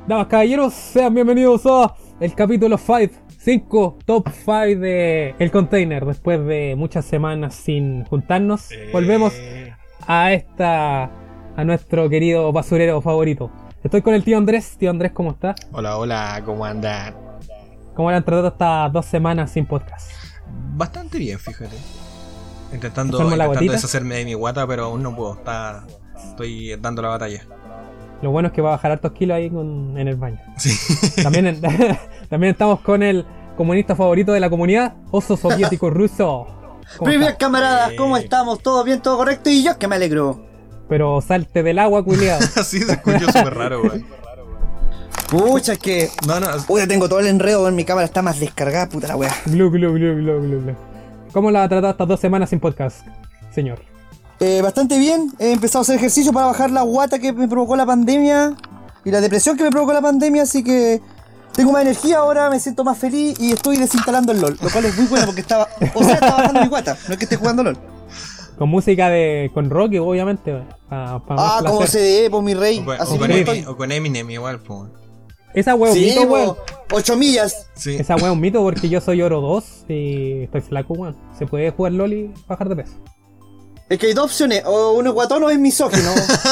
Damas, caballeros, sean bienvenidos a el capítulo 5, top 5 de El Container. Después de muchas semanas sin juntarnos, volvemos a nuestro querido basurero favorito. Estoy con el tío Andrés. Tío Andrés, ¿cómo está? Hola, ¿cómo andan? ¿Cómo le han tratado estas 2 semanas sin podcast? Bastante bien, fíjate. Intentando deshacerme de mi guata, pero aún no puedo. Estoy dando la batalla. Lo bueno es que va a bajar hartos kilos ahí en el baño. Sí. También estamos con el comunista favorito de la comunidad, Oso Soviético Ruso. Привет, camaradas, ¿cómo estamos? ¿Todo bien, todo correcto? Y yo que me alegro. Pero salte del agua, culiado. Sí, se escuchó súper raro, güey. Pucha, es que... No. Uy, tengo todo el enredo, en mi cámara está más descargada, puta la wea. Glu. ¿Cómo la ha tratado estas 2 semanas sin podcast, señor? Bastante bien, he empezado a hacer ejercicio para bajar la guata que me provocó la pandemia y la depresión que me provocó la pandemia, así que tengo más energía ahora, me siento más feliz y estoy desinstalando el LOL, lo cual es muy bueno porque estaba bajando mi guata, no es que esté jugando LOL. Con música con Rocky, obviamente. Como se debe, por mi rey. O con Eminem igual, pues. Esa wea es un mito, weón. 8 millas. Sí. Esa wea es un mito porque yo soy oro 2 y estoy flaco, weón. Se puede jugar LOL y bajar de peso. Es que hay 2 opciones, o uno es guatón o es misógino.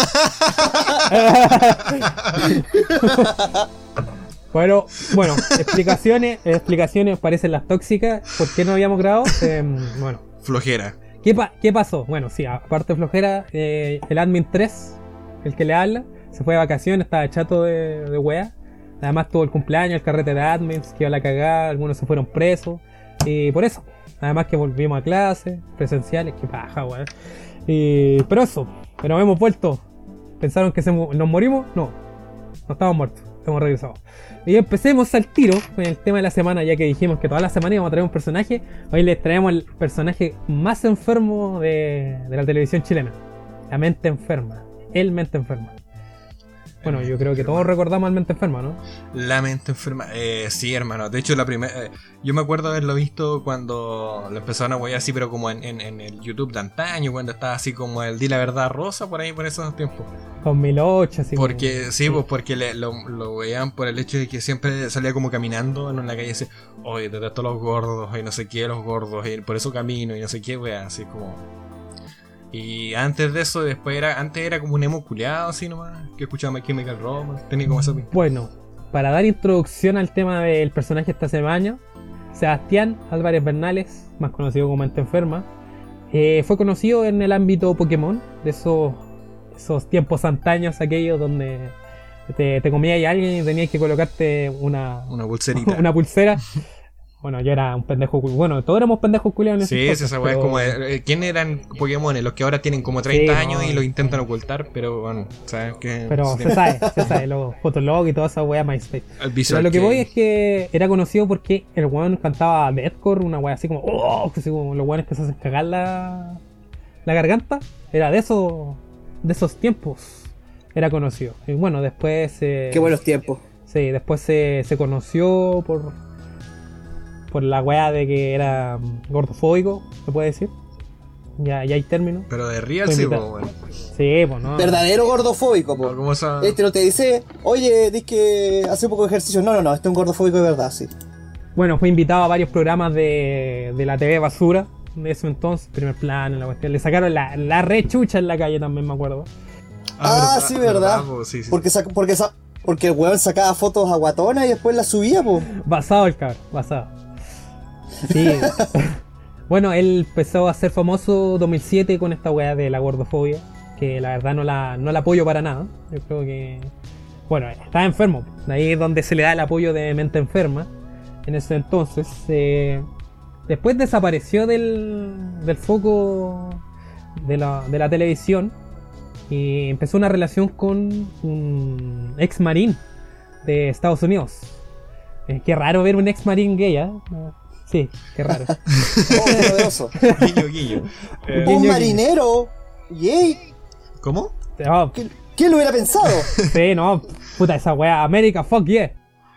Bueno, explicaciones parecen las tóxicas. ¿Por qué no habíamos grabado? Bueno. Flojera. ¿Qué pasó? Bueno, sí, aparte de flojera, el admin 3, el que le habla, se fue de vacaciones, estaba chato de wea. Además tuvo el cumpleaños, el carrete de admins, que iba a la cagada, algunos se fueron presos. Y por eso, además que volvimos a clases presenciales, que paja, weón. Pero hemos vuelto. ¿Pensaron que nos morimos? No estamos muertos, hemos regresado. Y empecemos al tiro con el tema de la semana, ya que dijimos que toda la semana íbamos a traer un personaje. Hoy les traemos el personaje más enfermo de la televisión chilena. La mente enferma. El mente enferma. Bueno, yo creo que todos recordamos al mente enferma, ¿no? La mente enferma, sí, hermano. De hecho, yo me acuerdo haberlo visto cuando lo empezaron a huear así, pero como en el YouTube de antaño, cuando estaba así como el Di la Verdad Rosa, por ahí, por esos tiempos. 2008, así. Porque, sí, pues porque lo veían por el hecho de que siempre salía como caminando en la calle y decía, oye, detesto a los gordos, y no sé qué, los gordos, y por eso camino, y no sé qué, wea, así como... Y antes de eso, antes era como un emo culiado así nomás, que escuchaba My Chemical Romance, tenía como esa pinta. Bueno, para dar introducción al tema del personaje esta semana, Sebastián Álvarez Bernales, más conocido como Mente Enferma, fue conocido en el ámbito Pokémon, de esos tiempos antaños aquellos donde te comías a alguien y tenías que colocarte una pulserita. Una pulsera. Bueno, yo era un pendejo. Bueno, todos éramos pendejos culiados. Sí, esa weá es como... ¿Quién eran Pokémon? Los que ahora tienen como 30 años y lo intentan ocultar, pero bueno, ¿sabes qué? Pero se sabe, los Fotolog y toda esa weá MySpace. Pero lo que voy es que era conocido porque el weón cantaba deathcore, una weá así como... así como los weones que se hacen cagar la garganta. Era de esos tiempos. Era conocido. Y bueno, después... Qué buenos tiempos. Sí, después se conoció por la weá de que era gordofóbico, se puede decir. Ya hay términos. Pero de real sí, pues, bueno. Sí, pues no. Verdadero gordofóbico, pues. ¿Cómo esa... No te dice, oye, dis que hace un poco de ejercicio. No, este es un gordofóbico de verdad, sí. Bueno, fue invitado a varios programas de la TV basura de ese entonces, Primer Plano, la cuestión. Le sacaron la rechucha en la calle también, me acuerdo. Sí, verdad. Sí. Porque el weón sacaba fotos a guatona y después las subía, pues. Basado el cabrón, basado. Sí. Bueno, él empezó a ser famoso 2007 con esta weá de la gordofobia, que la verdad no la apoyo para nada. Yo creo que... Bueno, estaba enfermo. De ahí es donde se le da el apoyo de mente enferma. En ese entonces. Después desapareció del foco de la televisión. Y empezó una relación con un ex marín de Estados Unidos. Qué raro ver un ex marín gay, ¿eh? Sí, qué raro. Poderoso. Guiño. Un marinero gay. ¿Cómo? Oh. ¿Quién lo hubiera pensado? Sí, no, puta esa wea. América, fuck yeah.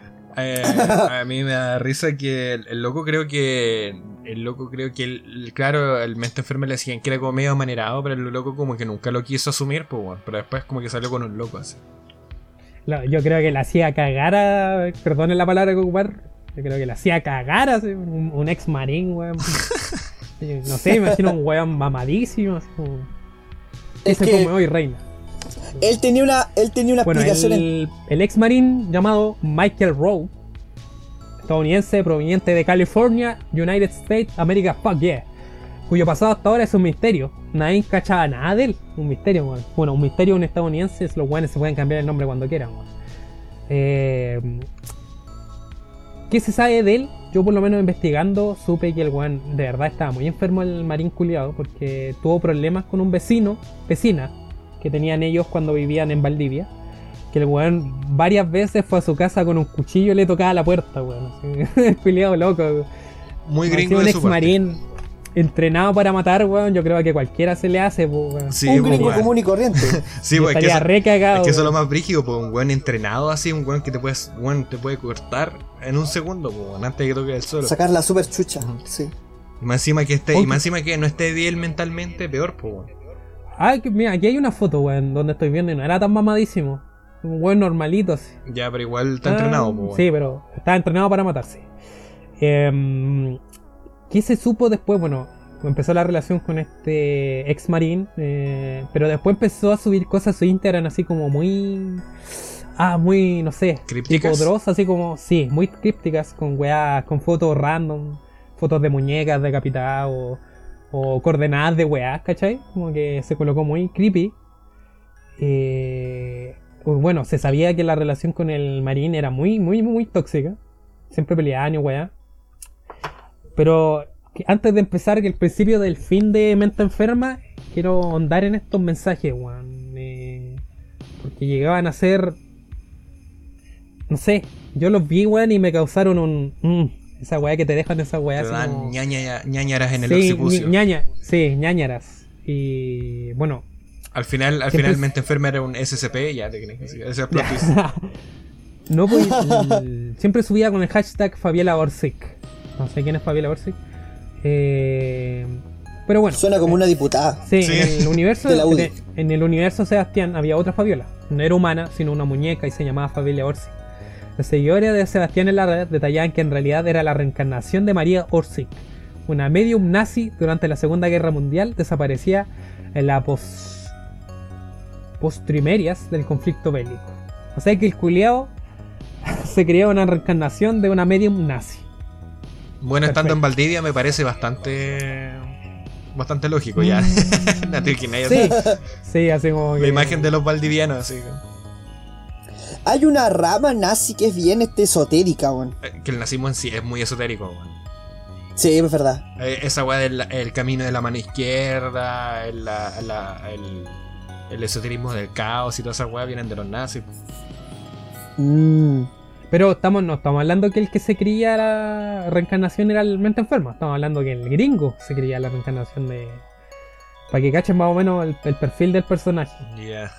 A mí me da risa que el loco creo que claro, el mente enfermo le decían que era como medio amanerado, pero el loco como que nunca lo quiso asumir, pues bueno, pero después como que salió con un loco así. Yo creo que la hacía cagar a. Perdonen la palabra que ocupar. Yo creo que la hacía cagar así, un ex marín, weón. No sé, me imagino un weón mamadísimo. Así como, ¿qué Es se que- come hoy, reina? Él tenía una Bueno, explicación. el ex marín llamado Michael Rowe, estadounidense proveniente de California, United States, America, fuck yeah, cuyo pasado hasta ahora es un misterio. Nadie cachaba nada de él. Un misterio, weón. Bueno, un misterio un estadounidense, los weones se pueden cambiar el nombre cuando quieran, weón. ¿Qué se sabe de él? Yo por lo menos investigando supe que el weón de verdad estaba muy enfermo, el marín culiado, porque tuvo problemas con un vecina, que tenían ellos cuando vivían en Valdivia. Que el weón varias veces fue a su casa con un cuchillo y le tocaba la puerta, weón. Así, el culiado loco, weón. Muy Así, gringo un de ex su parte. marín entrenado para matar, weón. Yo creo que cualquiera se le hace, pues, weón. Sí, Un pues, gringo weón. común y corriente. Sí, Y pues, es que estaría eso, re cagado, es que eso es lo weón. más brígido, pues un weón entrenado así, un weón que te puede cortar en un segundo, pues, weón, antes de que toque el suelo. Sacar la super chucha. Sí. Y más encima que Oye. y más encima que no esté bien mentalmente, peor, pues, weón. Mira, aquí hay una foto, weón, donde estoy viendo y no era tan mamadísimo. Un weón normalito así. Ya, pero igual está entrenado, pues, weón. Sí, pero estaba entrenado para matarse. ¿Qué se supo después? Bueno, empezó la relación con este ex marín, pero después empezó a subir cosas a su Instagram así como muy... muy, no sé, ¿Crípticas? tipo Dross, así como, sí, muy crípticas, con weá, con fotos random, fotos de muñecas decapitadas o coordenadas de weá, ¿cachai? Como que se colocó muy creepy. Bueno, se sabía que la relación con el marín era muy, muy, muy tóxica. Siempre peleaban y weá. Pero antes de empezar, que el principio del fin de Mente Enferma, quiero ahondar en estos mensajes, weón. Porque llegaban a ser... No sé, yo los vi, weón, y me causaron esa weá que te dejan esa weá. Te así dan como- ñañaras en el Sí, occipucio. ñañaras. Y bueno, Al final Siempre es- Mente Enferma era un SCP, ya te crees. Ese es el plot twist. no, pues siempre subía con el hashtag Fabiola Orsic. No sé quién es Fabiola Orsic. Pero bueno. Suena como una diputada. Sí, Sí. En el universo De la UDI. en el universo Sebastián había otra Fabiola. No era humana, sino una muñeca y se llamaba Fabiola Orsic. Los seguidores de Sebastián en la red detallaban que en realidad era la reencarnación de María Orsic, una medium nazi durante la Segunda Guerra Mundial, desaparecía en la postrimerias del conflicto bélico. O sea que el culiao se creía una reencarnación de una medium nazi. Bueno, estando Perfecto. en Valdivia me parece bastante lógico ya. No te imaginas, Sí, sí, así como la que... imagen de los valdivianos, así Hay una rama nazi que es bien esotérica, weón. que el nazismo en sí es muy esotérico, weón. Sí, es verdad. Esa weá del el camino de la mano izquierda, el esoterismo del caos y toda esa weá vienen de los nazis. Mm. Pero no estamos hablando que el que se creía la reencarnación era el mente enfermo. Estamos hablando que el gringo se creía la reencarnación de... Para que cachen más o menos el perfil del personaje. Ya.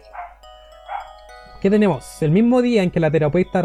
¿Qué tenemos? El mismo día en que la terapeuta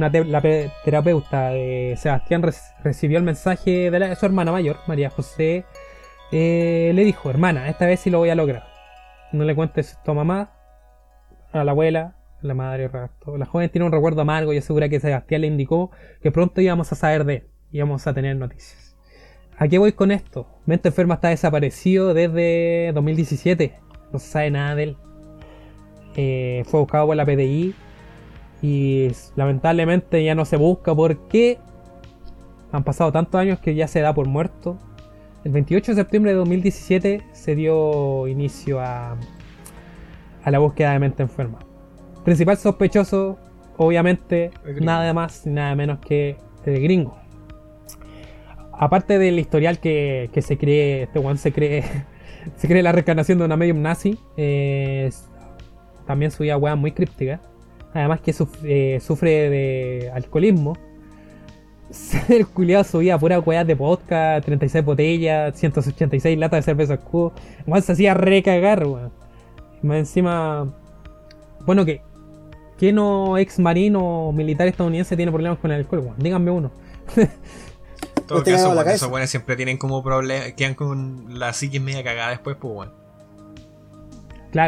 de Sebastián recibió el mensaje de su hermana mayor, María José, le dijo: hermana, esta vez sí lo voy a lograr. No le cuentes esto a mamá, a la abuela, a la madre, redactor. La joven tiene un recuerdo amargo y asegura que Sebastián le indicó que pronto íbamos a saber de él, íbamos a tener noticias. ¿A qué voy con esto? Mente Enferma está desaparecido desde 2017, no se sabe nada de él. Fue buscado por la PDI y lamentablemente ya no se busca porque han pasado tantos años que ya se da por muerto. El 28 de septiembre de 2017 se dio inicio a la búsqueda de Mente Enferma. Principal sospechoso, obviamente, El gringo. nada más ni nada menos que el gringo. Aparte del historial que se cree, este one se cree la reencarnación de una medium nazi, también subía weas muy crípticas. Además que sufre de alcoholismo. El culiado subía puras weas de vodka, 36 botellas, 186 latas de cerveza escudo. Igual se hacía recagar, weón. Y más encima, bueno, que no ex marino militar estadounidense tiene problemas con el alcohol, weón. Díganme uno. En todo No te caso, cagaba la bueno, cabeza. esos buenos siempre tienen como problemas, quedan con la psiquis media cagada después, pues bueno. Claro,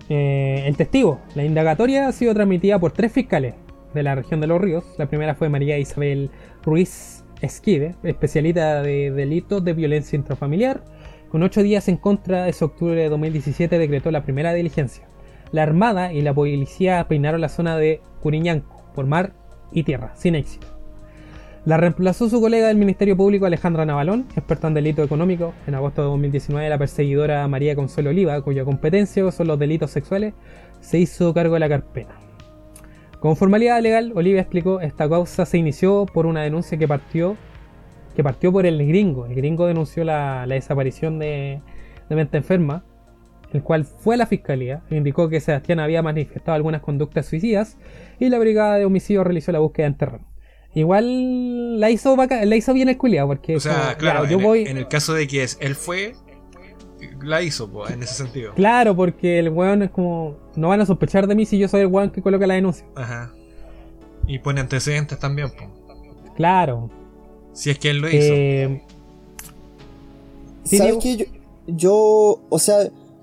El testigo. La indagatoria ha sido transmitida por 3 fiscales de la región de Los Ríos. La primera fue María Isabel Ruiz Esquide, especialista de delitos de violencia intrafamiliar. Con 8 días en contra, ese octubre de 2017 decretó la primera diligencia. La Armada y la policía peinaron la zona de Curiñanco por mar y tierra, sin éxito. La reemplazó su colega del Ministerio Público, Alejandra Navalón, experta en delito económico. En agosto de 2019, la perseguidora María Consuelo Oliva, cuya competencia son los delitos sexuales, se hizo cargo de la carpeta. Como formalidad legal, Oliva explicó, esta causa se inició por una denuncia que partió por el gringo. El gringo denunció la desaparición de mente enferma, el cual fue a la fiscalía e indicó que Sebastián había manifestado algunas conductas suicidas y la brigada de homicidio realizó la búsqueda en terreno. Igual la hizo bien el culiao, porque O sea, como, claro, yo voy... en el caso de que él fue, la hizo, pues, en ese sentido. Claro, porque el weón es como, no van a sospechar de mí si yo soy el weón que coloca la denuncia. Ajá. Y pone antecedentes también, pues. Claro. Si es que él lo hizo. Sí, ¿Sabes Diego. qué? O sea,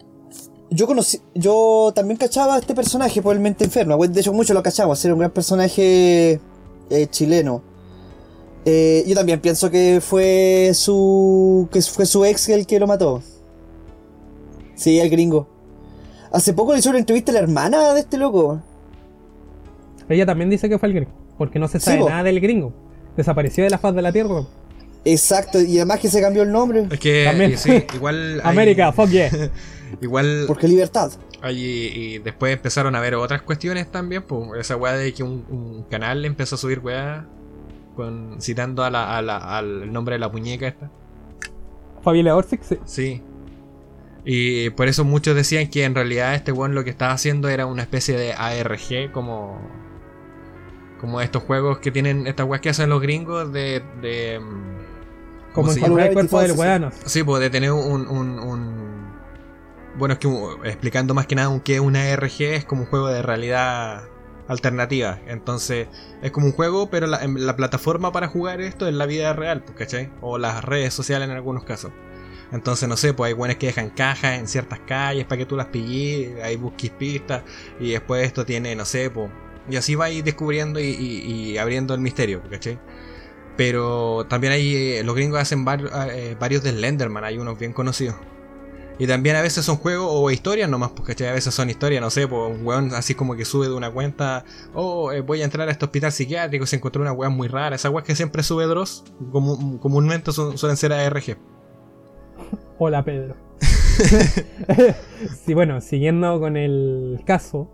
yo también cachaba a este personaje por el mente enferma. De hecho, mucho lo cachamos, era un gran personaje chileno. Yo también pienso que fue su ex el que lo mató. Sí, el gringo. Hace poco le hizo una entrevista a la hermana de este loco. Ella también dice que fue el gringo, porque no se sabe po. nada del gringo. Desapareció de la faz de la tierra. Exacto, y además que se cambió el nombre. Es que También. sí, igual hay- América, fuck yeah. igual Porque libertad. y después empezaron a ver otras cuestiones también, pues esa weá de que un canal empezó a subir weá citando al nombre de la muñeca esta. Familia Orsic, sí. Sí. Y por eso muchos decían que en realidad este weón lo que estaba haciendo era una especie de ARG, como estos juegos que tienen, estas weas que hacen los gringos Como se encontrar llama? el cuerpo del Sí. weano. Sí, pues de tener bueno, es que explicando más que nada que una ARG es como un juego de realidad alternativa. Entonces es como un juego, pero la plataforma para jugar esto es la vida real, pues, ¿cachai? O las redes sociales en algunos casos. Entonces, no sé, pues hay buenos que dejan cajas en ciertas calles para que tú las pilles, ahí busques pistas, y después esto tiene, no sé, pues... Y así vais descubriendo y abriendo el misterio, ¿cachai? Pero también hay... los gringos hacen varios de Slenderman, hay unos bien conocidos. Y también a veces son juegos o historias nomás, pues, ¿cachai? A veces son historias, no sé, pues un weón así como que sube de una cuenta, voy a entrar a este hospital psiquiátrico, se encontró una weá muy rara. Esas weas que siempre sube Dross, comúnmente suelen ser ARG. Hola, Pedro. Sí, bueno, siguiendo con el caso.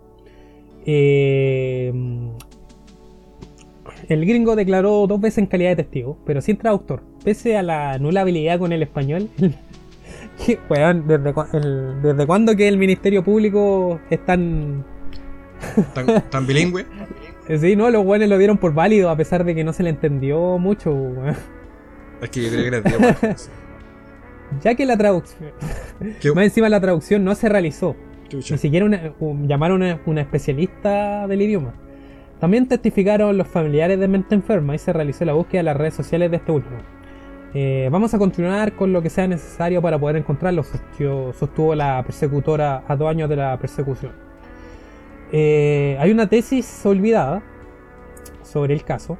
El gringo declaró 2 veces en calidad de testigo, pero sin traductor. Pese a la nula habilidad con el español. Weón, ¿desde cuándo que el Ministerio Público es tan... tan bilingüe? Sí, no, los weones lo dieron por válido a pesar de que no se le entendió mucho, weón. Es que yo creo que era tío. Ya que la traducción... Más encima la traducción no se realizó. Ni siquiera llamaron a una especialista del idioma. También testificaron los familiares de mente enferma y se realizó la búsqueda en las redes sociales de este último. Vamos a continuar con lo que sea necesario para poder encontrarlo, sostuvo la persecutora a 2 años de la persecución. Hay una tesis olvidada sobre el caso,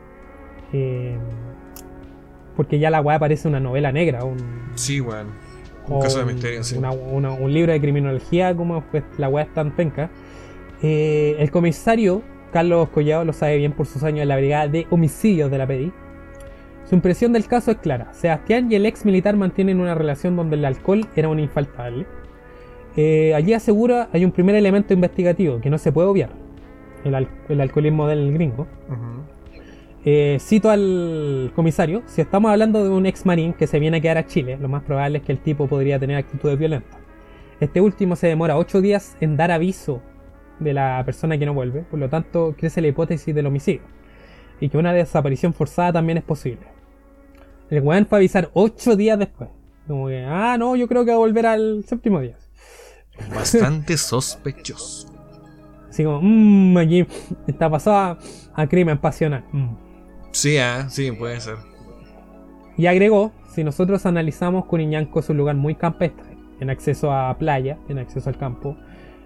porque ya la weá parece una novela negra, Sí, weón. Un caso de misterio, sí. un libro de criminología, como pues, la weá es tan penca. El comisario Carlos Collado lo sabe bien por sus años en la brigada de homicidios de la PDI. Su impresión del caso es clara. Sebastián y el ex militar mantienen una relación donde el alcohol era un infaltable. Allí asegura hay un primer elemento investigativo que no se puede obviar: el alcoholismo del gringo. Cito al comisario: si estamos hablando de un ex marín que se viene a quedar a Chile, lo más probable es que el tipo podría tener actitudes violentas. Este último se demora 8 días en dar aviso de la persona que no vuelve, por lo tanto crece la hipótesis del homicidio y que una desaparición forzada también es posible. El weón fue a avisar 8 días después, como que, no, yo creo que va a volver al 7º día. Bastante sospechoso. Así como, aquí está pasado a crimen pasional. Sí, sí, puede ser. Y agregó: si nosotros analizamos, Curiñanco es un lugar muy campestre, en acceso a playa, en acceso al campo.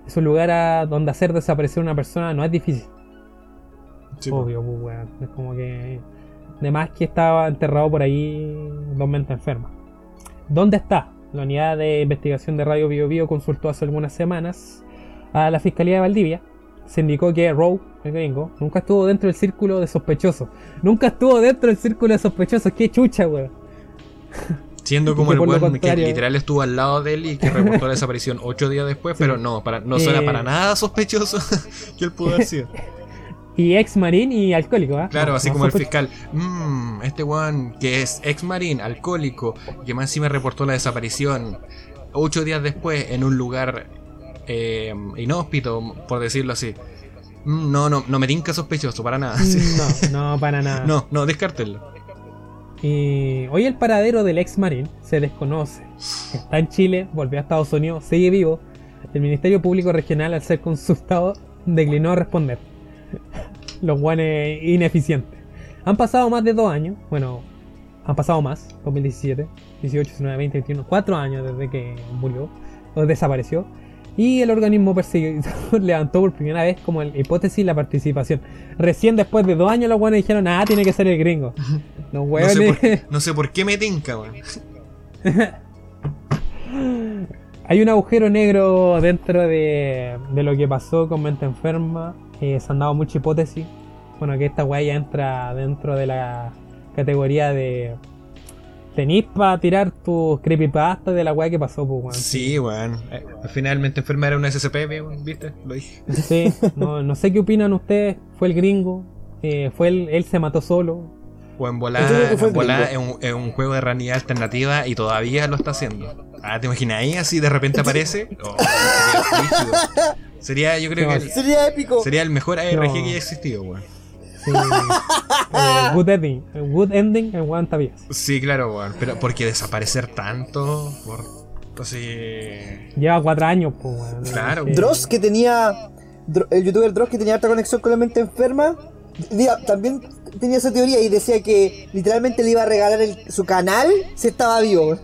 es un lugar donde hacer desaparecer una persona no es difícil. Sí, Obvio, pues, weón. Es como que. Además que estaba enterrado por ahí 2 mentes enfermas. ¿Dónde está? La unidad de investigación de Radio Bio Bio consultó hace algunas semanas a la Fiscalía de Valdivia. Se indicó que Rowe, el gringo, nunca estuvo dentro del círculo de sospechosos. Nunca estuvo dentro del círculo de sospechosos. ¡Qué chucha, weón! Siendo como Que el por lo weón que contrario- literal estuvo al lado de él y que reportó la desaparición 8 días después, pero no suena para nada sospechoso que él pudo haber sido. Y ex marín y alcohólico, ¿ah? Claro, No, así no como el sospecho- fiscal. Este weón que es ex marín, alcohólico, que más encima reportó la desaparición 8 días después en un lugar inhóspito, por decirlo así. No me tinca sospechoso, para nada. Sí. No, para nada. No, descártenlo. Y hoy el paradero del ex marín se desconoce. Está en Chile, volvió a Estados Unidos, sigue vivo. El Ministerio Público Regional, al ser consultado, declinó responder. Los guanes ineficientes. Han pasado más de 2 años. Bueno, han pasado más. 2017, 18, 19, 20, 21. 4 años desde que murió o desapareció. Y el organismo perseguidor levantó por primera vez como hipótesis la participación. Recién después de 2 años los guanes dijeron, tiene que ser el gringo. Los hueones. No sé por qué me tinca, weón. Hay un agujero negro dentro de lo que pasó con Mente Enferma. Se han dado muchas hipótesis. Bueno, que esta weá ya entra dentro de la categoría de... Tenís para tirar tus creepypasta de la weá que pasó, pues, weón. Sí, weón. Finalmente enferma era una SCP, weón, ¿viste? Lo dije. Sí, no sé qué opinan ustedes. Fue el gringo. Fue él se mató solo. O en Yo creo que fue volar el es un juego de realidad alternativa y todavía lo está haciendo. ¿Te imaginas ahí así de repente aparece? Sería rígido. Sería, yo creo que Sería épico. sería el mejor ARG No. que haya existido, weón. Sí. Good ending en One Tabias. Sí, claro, weón. Pero porque desaparecer tanto, Lleva 4 años, pues, weón. Claro. Dross, que tenía. El youtuber Dross, que tenía harta conexión con la mente enferma, también tenía esa teoría y decía que literalmente le iba a regalar su canal si estaba vivo.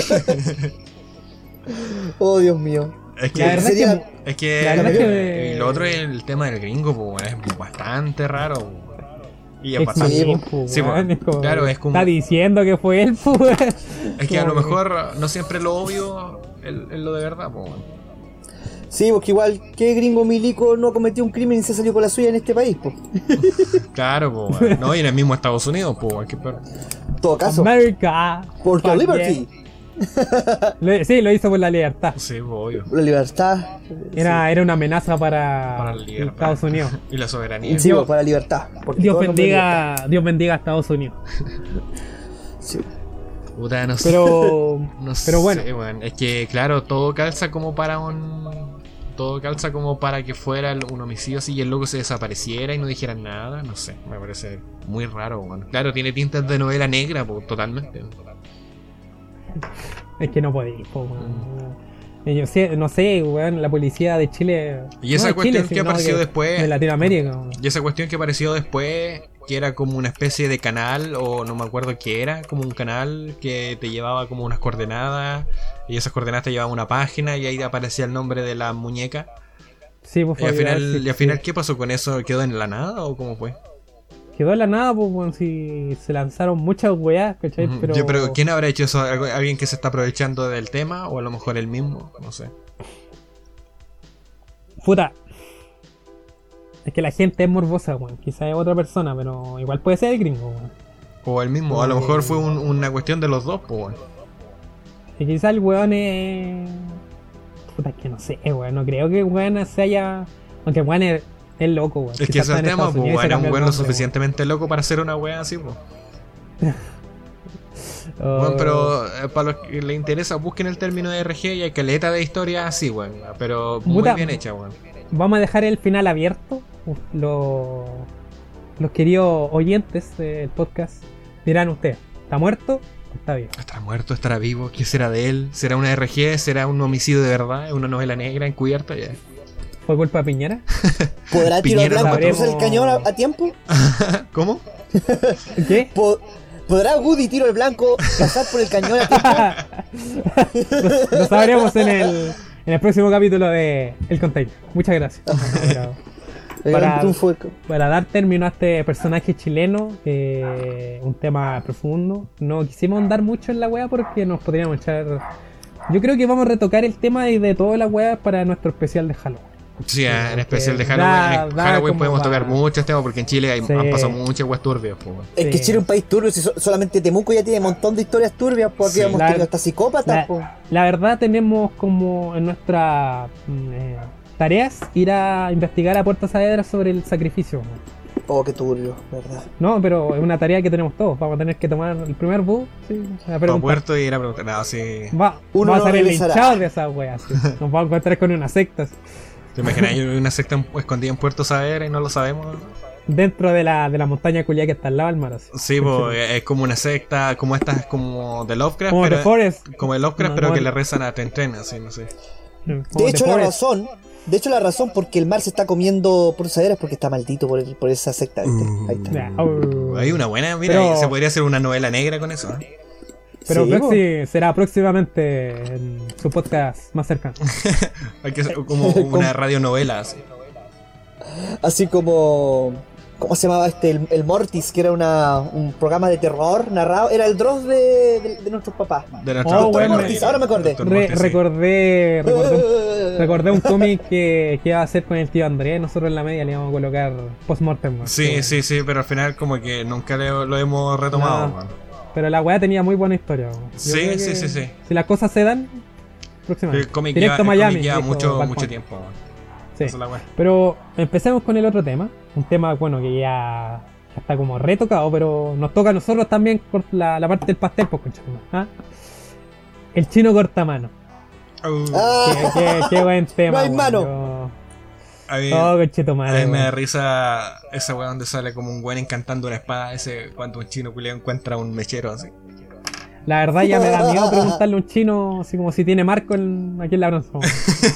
Oh, Dios mío. Es La verdad sería- que la verdad es que- y lo otro es el tema del gringo, pues, weón, es bastante raro, weón. Y es Ex bastante. marín, pues, Sí, weón, pues, es como- claro, es como. Está diciendo que fue él, pues, weón. Es que a lo Como mejor no siempre lo obvio es lo de verdad, pues, weón. Sí, porque igual, ¿qué gringo milico no cometió un crimen y se salió con la suya en este país? Po? Claro, pues, weón. No, y en el mismo Estados Unidos, pues, weón, qué peor. En todo caso, America. porque Fuck Liberty, Sí, lo hizo por la libertad. Sí, pues, obvio. la libertad. Era una amenaza para Para la libertad. Estados Unidos. Y la soberanía. Sí, para la libertad. Porque Dios todo nombre es Dios bendiga a Estados Unidos. libertad. Sí. Puta, no sé. Pero, No pero bueno, sé, weón. Es que, claro, todo calza como para todo calza como para que fuera un homicidio así y el loco se desapareciera y no dijeran nada. No sé, me parece muy raro, weón. Claro, tiene tintas de novela negra, pues, totalmente. es que no podéis, po, weón. Yo no sé, weón, la policía de Chile. Y esa no de cuestión Chile, que sino apareció después. De Latinoamérica. weón. Y esa cuestión que apareció después, que era como una especie de canal, o no me acuerdo qué era, como un canal que te llevaba como unas coordenadas, y esas coordenadas te llevaban a una página, y ahí aparecía el nombre de la muñeca. Sí, pues Y al fue final, sí, y al final ¿qué pasó con eso? ¿Quedó en la nada o cómo fue? quedó en la nada, pues, weón, si se lanzaron muchas weas, ¿cachai? Ujú. Pero, Pero ¿quién habrá hecho eso? ¿Alguien que se está aprovechando del tema? ¿O a lo mejor él mismo? No sé. puta. Es que la gente es morbosa, weón. Quizás es otra persona, pero igual puede ser el gringo, weón. O él mismo, a lo mejor fue una cuestión de los dos, pues bueno. Y quizás el weón es. Puta, es que no sé, weón. No creo que el weón se haya. Aunque el weón es loco, weón. Es que Quizás ese es el está en tema, Estados pues Unidos y se bueno, un cambia el weón lo nombre, suficientemente loco para hacer una wea así, pues. weón. Bueno, pero para los que les interesa, busquen el término de RG y hay caleta de historia así, weón. Pero muy Puta, bien hecha, weón. Vamos a dejar el final abierto. Los queridos oyentes del podcast dirán ustedes: ¿está muerto o está vivo? ¿Estará muerto? ¿Estará vivo? ¿Qué será de él? ¿Será una RG? ¿Será un homicidio de verdad? ¿Es una novela negra encubierta? Ya. ¿Fue culpa de Piñera? ¿Podrá Tiro al Piñera Blanco sabremos. cruzar el cañón a tiempo? ¿Cómo? ¿Qué? ¿Podrá Woody Tiro al Blanco pasar por el cañón a tiempo? Lo sabremos en En el próximo capítulo de El Container. Muchas gracias. Para- Para dar término a este personaje chileno, un tema profundo, no quisimos andar mucho en la wea porque nos podríamos echar. Yo creo que vamos a retocar el tema de todas las weas para nuestro especial de Halloween. Sí, en especial de da- Halloween. En da Halloween como podemos va. tocar muchos temas porque en Chile Sí. han pasado muchas weas turbias. Pues, weón. Es que Sí. Chile es un país turbio, si solamente Temuco ya tiene un montón de historias turbias, porque Sí. hemos tenido hasta psicópatas, po. La verdad tenemos como en nuestra tareas ir a investigar a Puerto Saavedra sobre el sacrificio. Oh, qué turbio, verdad. No, pero es una tarea que tenemos todos. Vamos a tener que tomar el primer bus, sí, a Para preguntar. Puerto y ir a preguntar. No, sí. Uno Vamos a no ser regresará. linchados de esas weas. Sí. Nos vamos a encontrar con unas sectas ¿Te imaginas? Hay una secta escondida en Puerto Saavedra y no lo sabemos. dentro de la montaña culiá que está al lado del mar. Así. Sí, pues es como una secta, como estas, como de Lovecraft, Como pero The Forest. como de Lovecraft, No, pero como que el- le rezan a Tenten, así, no sé. Como De The hecho, Forest. de hecho, la razón por que el mar se está comiendo por Saavedra es porque está maldito por esa secta, ¿viste? Ahí está. Ya, Hay una buena, mira, Pero- se podría hacer una novela negra con eso, ¿eh? Pero Sí, será próximamente en su podcast más cercano. Hay que hacer como una radionovela, así. Así como... ¿Cómo se llamaba el Mortis? Que era un programa de terror narrado. Era el Dross de nuestros papás. De Oh, bueno, Mortis, ahora me acordé. Dr. Mortis, sí. Recordé un cómic que iba a hacer con el tío Andrés. Nosotros en la media le íbamos a colocar post-mortem. weón. Sí, sí, sí, pero al final como que nunca lo hemos retomado, No. weón. Pero la weá tenía muy buena historia. weón. Yo Sí, creo que sí, sí, sí. Si las cosas se dan, próximamente. El cómic Directo lleva, a Miami. lleva dijo mucho Balcón. tiempo, weón. Sí. Esa es la weá. Pero empecemos con el otro tema. Un tema, bueno, que ya está como retocado, pero nos toca a nosotros también con la parte del pastel, pues, conchetumare, ¿ah? El chino cortamano. Ah, Qué buen tema. No hay weón. mano. A mí, Oh, a conchetumare, mí me da weón. risa esa weá donde sale como un weón encantando una espada, ese cuando un chino culiao encuentra un mechero así. La verdad ya me da miedo preguntarle a un chino así como si tiene marco aquí en la bronce. No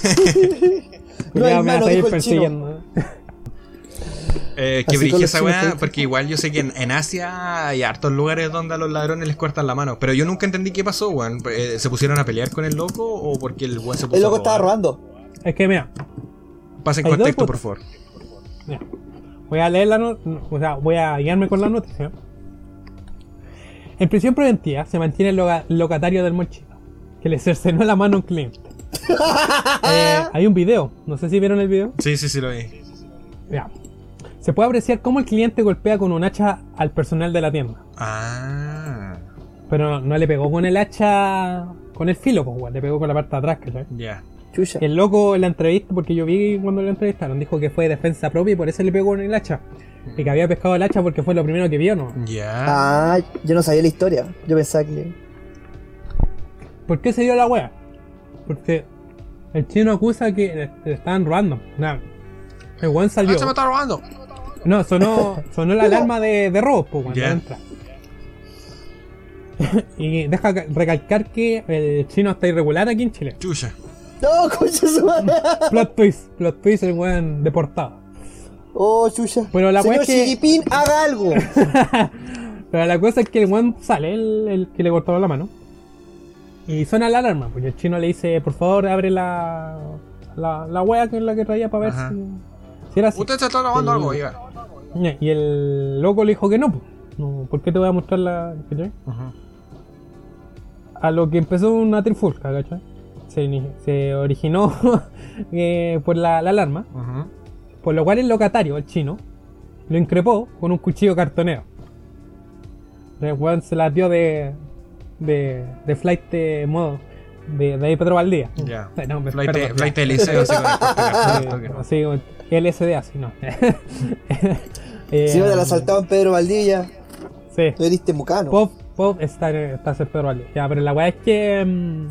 Ya hay me va a mano, seguir dijo el chino. persiguiendo. Que Así brilla con esa los weá, chinos, porque igual yo sé que en Asia hay hartos lugares donde a los ladrones les cortan la mano. Pero yo nunca entendí qué pasó, weón. ¿Se pusieron a pelear con el loco o porque el weón se puso El loco a estaba robar? robando. Es que mira, Pasen Hay dos contexto, por hipótesis. favor. mira, voy a leer o sea, voy a guiarme con la noticia. En prisión preventiva se mantiene el locatario del molchino, que le cercenó la mano a un cliente. Hay un video, no sé si vieron el video. Sí, sí, sí lo vi. Ya. Se puede apreciar cómo el cliente golpea con un hacha al personal de la tienda. Ah, Pero no le pegó con el hacha con el filo, pues, weón, le pegó con la parte de atrás, ¿cachai? ya. Chucha. El loco en la entrevista, porque yo vi cuando lo entrevistaron, dijo que fue defensa propia y por eso le pegó con el hacha. Y que había pescado el hacha porque fue lo primero que vio, ¿no? Ya. Ah, yo no sabía la historia. Yo pensaba que... ¿Por qué se dio la wea? Porque el chino acusa que le estaban robando. Nada. El weón salió. ¡Ah, se me está robando! No, sonó la alarma de robo, pues, cuando Ya. entra. Y deja recalcar que el chino está irregular aquí en Chile. Chucha. No, concha su madre. Plot twist, el weón deportado. Oh, chucha. Pero la Señor wea es que- Xi Jinping, haga algo. Pero la cosa es que el weón sale, el que le cortó la mano. Y suena la alarma, porque el chino le dice, por favor, abre la wea que es la que traía para ver Ajá. si era así. Usted se está robando El- algo, oiga. Y el loco le dijo que no, pues. No, ¿por qué te voy a mostrar la...? ¿cachai? Ajá. A lo que empezó una trifulca, ¿cachai? Se originó por la alarma, Ajá. por lo cual el locatario, el chino, lo increpó con un cuchillo cartonero. El weón se la dio de flight de modo de ahí Pedro Valdía. Ya. No, Flight perdón, flight de liceo, así con el corte cartón, ya. Así, como LSD, así, no. Si no te la saltaban Pedro Valdivia, Sí. no eres temucano. Pop está a ser Pedro Valdía. Ya, pero la weá es que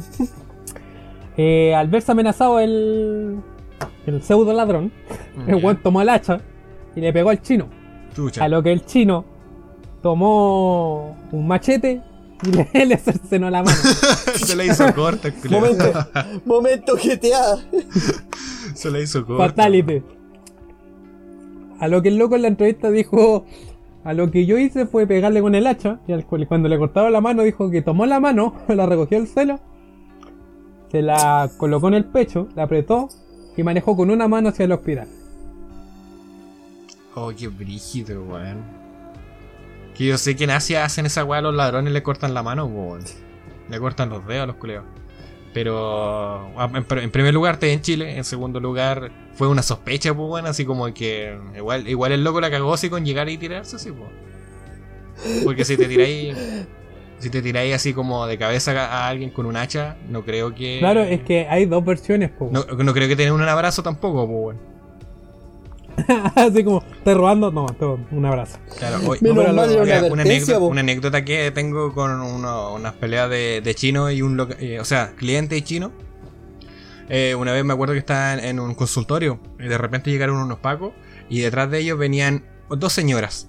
al verse amenazado el pseudo ladrón, el Ya. weón tomó el hacha y le pegó al chino. Chucha. A lo que el chino tomó un machete y le cercenó la mano. Se le hizo corta, el culiao. Momento GTA. Se le hizo corta. Fatality. A lo que el loco en la entrevista dijo, a lo que yo hice fue pegarle con el hacha, y cuando le cortaba la mano dijo que tomó la mano, la recogió del suelo, se la colocó en el pecho, la apretó y manejó con una mano hacia el hospital. Oh, qué brígido, weón. Que yo sé que en Asia hacen esa weá a los ladrones, le cortan la mano, weón. Le cortan los dedos a los culeos. Pero en primer lugar te en Chile, en segundo lugar fue una sospecha, pues bueno, así como que igual el loco la cagó así con llegar y tirarse así, pues. Porque si te tiráis así como de cabeza a alguien con un hacha, no creo que... Claro, es que hay dos versiones, pues. No creo que tenga un abrazo tampoco, pues bueno. Así como, ¿estás robando? No, un abrazo. Claro, hoy, Menos mal era una advertencia, una anécdota que tengo con unas peleas de chino y cliente y chino. Una vez me acuerdo que estaba en un consultorio y de repente llegaron unos pacos y detrás de ellos venían dos señoras.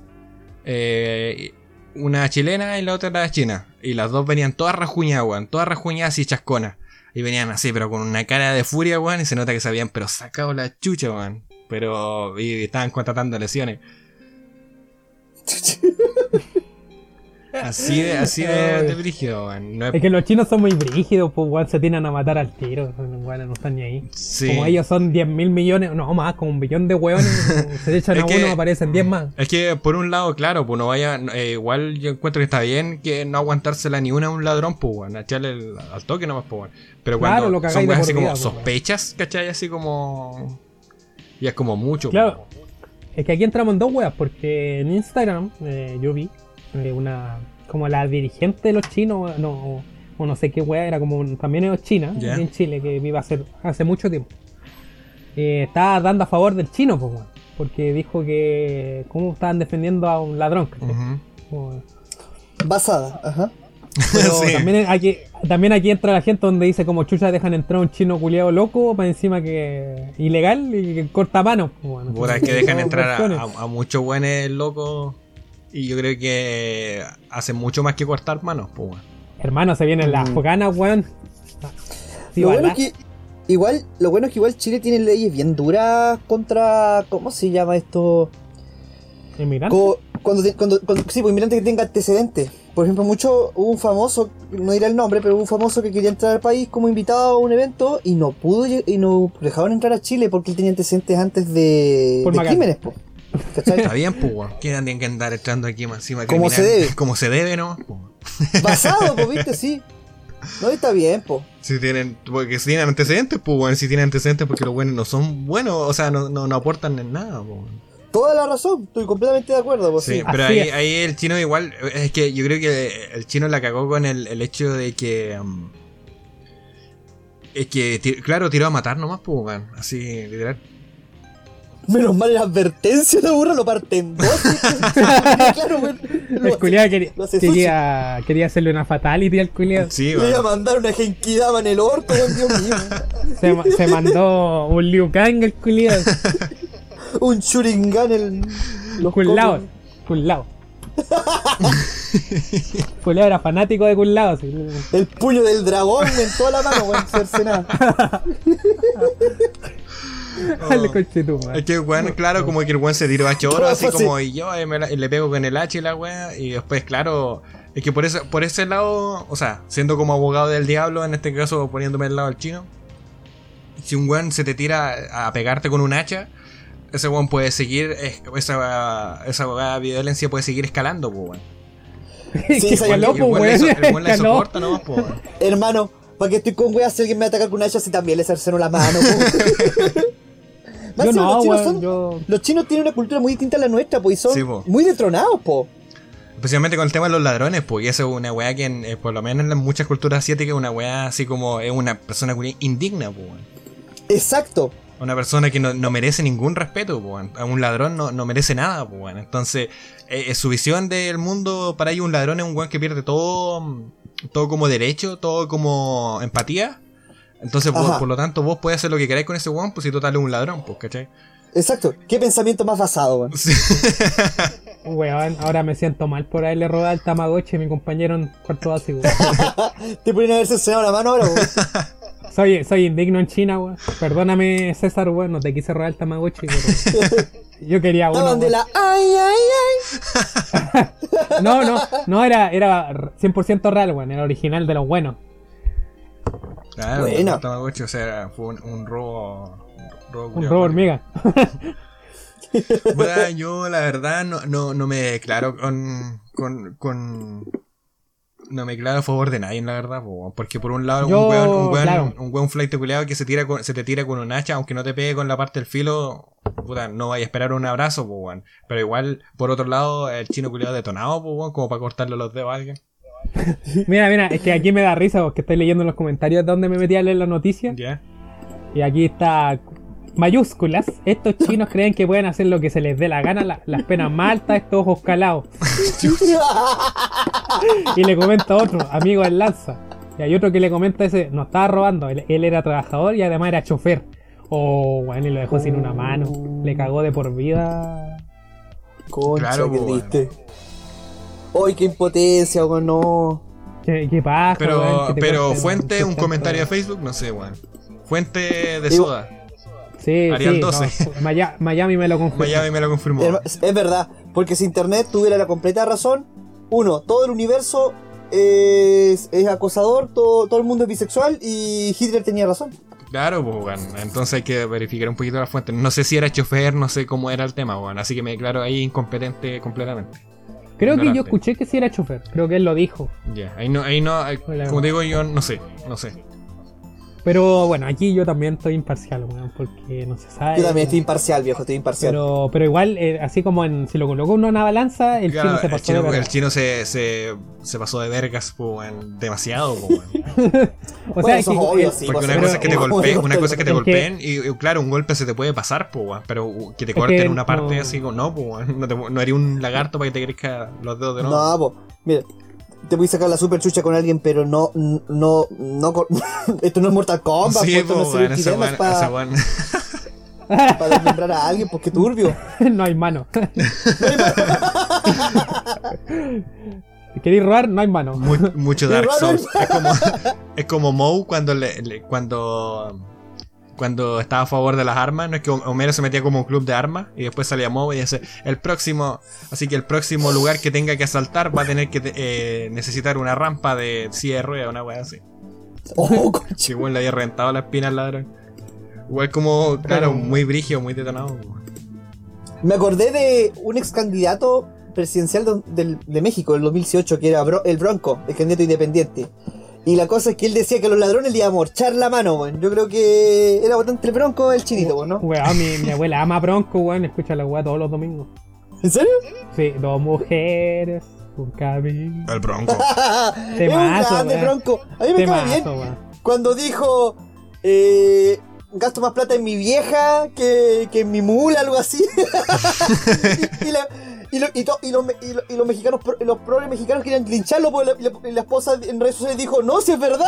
Una chilena y la otra era china. Y las dos venían todas rajuñadas, weón. Todas rajuñadas y chasconas. Y venían así, pero con una cara de furia, weón. Y se nota que se habían pero sacado la chucha, weón. Y estaban contratando lesiones. Así de brígido, weón. No es que los chinos son muy brígidos, pues weón, se tienen a matar al tiro, weón, no están ni ahí. Sí. Como ellos son 10.000 millones, no más, como 1.000.000 de weones, se echan a uno, aparecen 10 más. Es que por un lado, claro, pues no vaya, igual yo encuentro que está bien que no aguantársela ni una a un ladrón, pues weón, echarle al toque nomás, pues weón. Pero cuando claro, son weas así vida, como sospechas, ¿cachai? Así como... Y es como mucho. Claro, es que aquí entramos en dos weas, porque en Instagram yo vi una... como la dirigente de los chinos, o no sé qué wea, era como también es china, yeah, en Chile, que vive hace mucho tiempo. Estaba dando a favor del chino, pues, weón, porque dijo que cómo estaban defendiendo a un ladrón. Uh-huh. Basada, ajá. Pero sí, también aquí entra la gente donde dice como chucha dejan entrar a un chino culiado loco, para encima que ilegal y que corta manos. Pues, bueno, por ahí que dejan entrar a muchos buenos locos. Y yo creo que hacen mucho más que cortar manos, pues, weón. Hermano, se vienen las focanas, weón. Sí, Lo bueno es que igual Chile tiene leyes bien duras contra, ¿cómo se llama esto? ¿Inmigrante? Sí, pues inmigrante que tenga antecedentes. Por ejemplo, hubo un famoso, no diré el nombre, pero hubo un famoso que quería entrar al país como invitado a un evento y no pudo, y no dejaron entrar a Chile porque él tenía antecedentes antes de crímenes, pues. ¿Cachai? Está bien, pues, weón. ¿Quién tiene que andar entrando aquí más encima? Como se debe. Como se debe, ¿no? Basado, pues, viste, sí. No, está bien, pues. Porque si tienen antecedentes, pues, weón. Si tienen antecedentes porque los buenos no son buenos, o sea, no aportan en nada, pues. Toda la razón, estoy completamente de acuerdo, pues. Sí, pero ahí el chino igual, es que yo creo que el chino la cagó con el hecho de que... es que, claro, tiró a matar nomás, pues, weón. Así, literal. Menos mal la advertencia de burro, lo parten dos. Claro, güey. El culiado quería hacerle una fatality al culiado. Sí, le iba a mandar una genkidama en el orto, Dios mío. Se mandó un Liu Kang el culiado. Un Sharingan en los Kun Lao. Culiado era fanático de Kun Lao. Sí. El puño del dragón en toda la mano, güey, hacerse nada. Es que bueno, claro, como que el weón se tiró a choro, así como y yo le pego con el H y la weá, y después claro, es que por ese lado, o sea, siendo como abogado del diablo, en este caso poniéndome al lado del chino, si un weón se te tira a pegarte con un hacha, ese weón puede seguir, esa violencia puede seguir escalando, pues weón. Sí, el weón le soporta nomás, pues weón. Hermano, ¿para qué estoy con weas si alguien me ataca con un hacha si también le cerceno la mano? Yo no, los chinos tienen una cultura muy distinta a la nuestra, pues, y son muy detronados, po. Especialmente con el tema de los ladrones, pues, y eso es una weá que por lo menos en muchas culturas asiáticas es una weá así como es una persona indigna, pues. Exacto. Una persona que no merece ningún respeto, pues. A un ladrón no merece nada, pues. Entonces, su visión del mundo para ellos un ladrón es un weón que pierde todo como derecho, todo como empatía. Entonces, por lo tanto, vos podés hacer lo que queráis con ese weón, pues si total es un ladrón, pues, ¿cachai? Exacto. ¿Qué pensamiento más basado, weón? Sí. Weón, ahora me siento mal por haberle robado el Tamagotchi a mi compañero en cuarto básico. Te podrían haberse enseñado la mano ahora, weón. Soy indigno en China, weón. Perdóname, César, weón, no te quise robar el Tamagotchi, pero yo quería uno. De la ay. No, era 100% real, weón, era original de los buenos. Claro, Buena. un Tamagotchi, o sea, fue un robo. Un robo hormiga. Puta, yo la verdad no me declaro no me declaro a favor de nadie, la verdad, po, porque por un lado Yo, un claro. weón flight culeado que se te tira con un hacha, aunque no te pegue con la parte del filo, puta, no vaya a esperar un abrazo, po, weón. Pero igual, por otro lado, el chino culeado detonado, po, weón, como para cortarle los dedos a alguien. Mira, es que aquí me da risa porque estoy leyendo en los comentarios donde me metí a leer la noticia. ¿Ya? Y aquí está mayúsculas. Estos chinos creen que pueden hacer lo que se les dé la gana, las penas más altas, estos ojos calados. Y le comenta otro, amigo del Lanza. Y hay otro que le comenta ese, no estaba robando, él era trabajador y además era chofer. Oh, bueno, y lo dejó sin una mano. Le cagó de por vida. Concha, Claro, qué po, triste. ¡Ay, qué impotencia, weón! No. Qué paja, weón, que te Pero corten fuente, un 60. comentario de Facebook, no sé, weón. Fuente de Digo- Soda. Sí, Arial sí, 12. no, Miami me lo confirmó. Miami me lo confirmó. Es verdad, porque si Internet tuviera la completa razón, uno, todo el universo es acosador, todo el mundo es bisexual y Hitler tenía razón. Claro, pues, weón. Entonces hay que verificar un poquito la fuente. No sé si era chofer, no sé cómo era el tema, weón. Así que me declaro ahí incompetente completamente. Creo que yo Ignorante. escuché que sí era chofer. Creo que él lo dijo. Ya, ahí no, como digo yo, no sé. Pero bueno, aquí yo también estoy imparcial, weón, porque no se sabe. Yo también estoy imparcial, viejo, estoy imparcial. Pero igual, así como si lo colocó uno en una balanza, el Claro, chino se pasó de verdad. el chino se pasó de vergas, pues, weón, demasiado, pues, weón. O Bueno, sea, eso es que, obvio, sí, Porque pues, una cosa es que te pero- golpeen, una cosa es que te Es que- golpeen y claro, un golpe se te puede pasar, pues, weón, pero que te Es corten que una parte no- así, no, pues, weón, no haría un lagarto para que te crezca los dedos de nuevo. No, po, mira, te voy a sacar la super chucha con alguien, pero no esto no es Mortal Kombat, Sí, esto no pues, es weón, ese weón, para weón. desmembrar a alguien, pues qué turbio. no hay mano. ¿Queréis robar? No hay mano. Mucho Y Dark Robert- Souls. Es como Moe cuando estaba a favor de las armas. No es que Homero se metía como un club de armas y después salía Moe y dice el próximo lugar que tenga que asaltar va a tener que necesitar una rampa de silla de ruedas, una wea así. Oh, concha. Si igual le había reventado la espina al ladrón. Igual como, claro, muy brígido, muy detonado. Me acordé de un ex candidato presidencial de México, el 2018, que era el Bronco, el candidato independiente. Y la cosa es que él decía que a los ladrones le iba a morchar la mano, weón. Yo creo que era bastante el Bronco el chinito, weón, ¿no? Weón, mi abuela ama Bronco, weón. Escucha la weá todos los domingos. ¿En serio? Sí, dos mujeres, un camino. El Bronco. Es un Temazo, grande weón. Bronco. A mí me cae bien. Temazo, weón. Cuando dijo, gasto más plata en mi vieja que en mi mula, algo así. y los mexicanos, los progres mexicanos querían lincharlo porque la esposa en redes sociales dijo, no, si es verdad.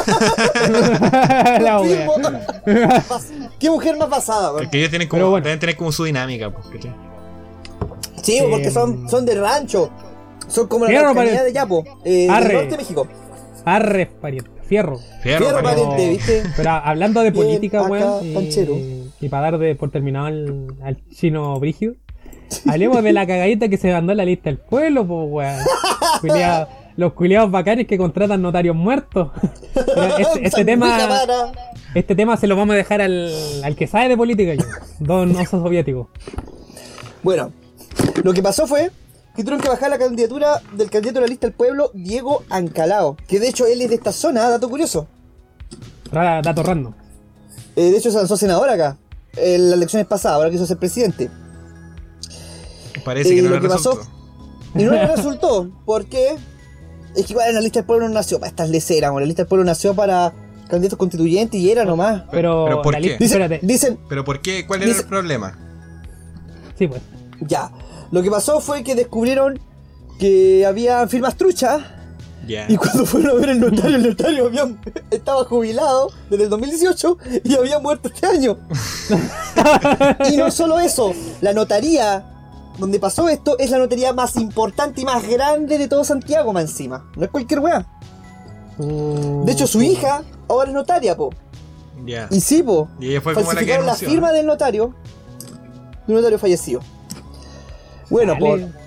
La Confirmo. wea. Qué mujer más pasada, weón. Porque ellos tienen Pero como, bueno. deben tener como su dinámica, pues, ¿cachai? Sí, porque son de rancho. Son como la Fierro, Araucanía pariente. de Yapo, del Arre. norte de México. Arre, pariente. Fierro. Fierro, pariente. pariente, ¿viste? Pero hablando de Bien, política, acá, weón, panchero. y para dar por terminado al chino brígido, hablemos de la cagadita que se mandó en la lista del pueblo, pues, weón. Los culiados bacanes que contratan notarios muertos. Pero este tema se lo vamos a dejar al que sabe de política, yo, don oso soviético. Bueno, lo que pasó fue que tuvieron que bajar la candidatura del candidato de la lista del pueblo, Diego Ancalao, que de hecho él es de esta zona, dato curioso. Dato random. De hecho se lanzó senador acá, en las elecciones pasadas, ahora quiso ser presidente. Parece que no lo le que pasó, resultó. y no le resultó, porque es que igual en la lista del pueblo no nació para estas leceras, la lista del pueblo nació para candidatos constituyentes y era nomás. Pero ¿por la qué? lista, espérate. Dicen, ¿Pero por qué? ¿Cuál era Dice- el problema? Sí, pues. ya, lo que pasó fue que descubrieron que había firmas truchas. Ya. Y cuando fueron a ver el notario estaba jubilado desde el 2018 y había muerto este año. Y no solo eso, la notaría donde pasó esto es la notaría más importante y más grande de todo Santiago, más encima. No es cualquier weá. De hecho, su hija ahora es notaria, po. Ya. Y sí, po. Y ella fue como la que Falsificaron la anunció, firma ¿no? del notario. De un notario fallecido. Bueno, Dale.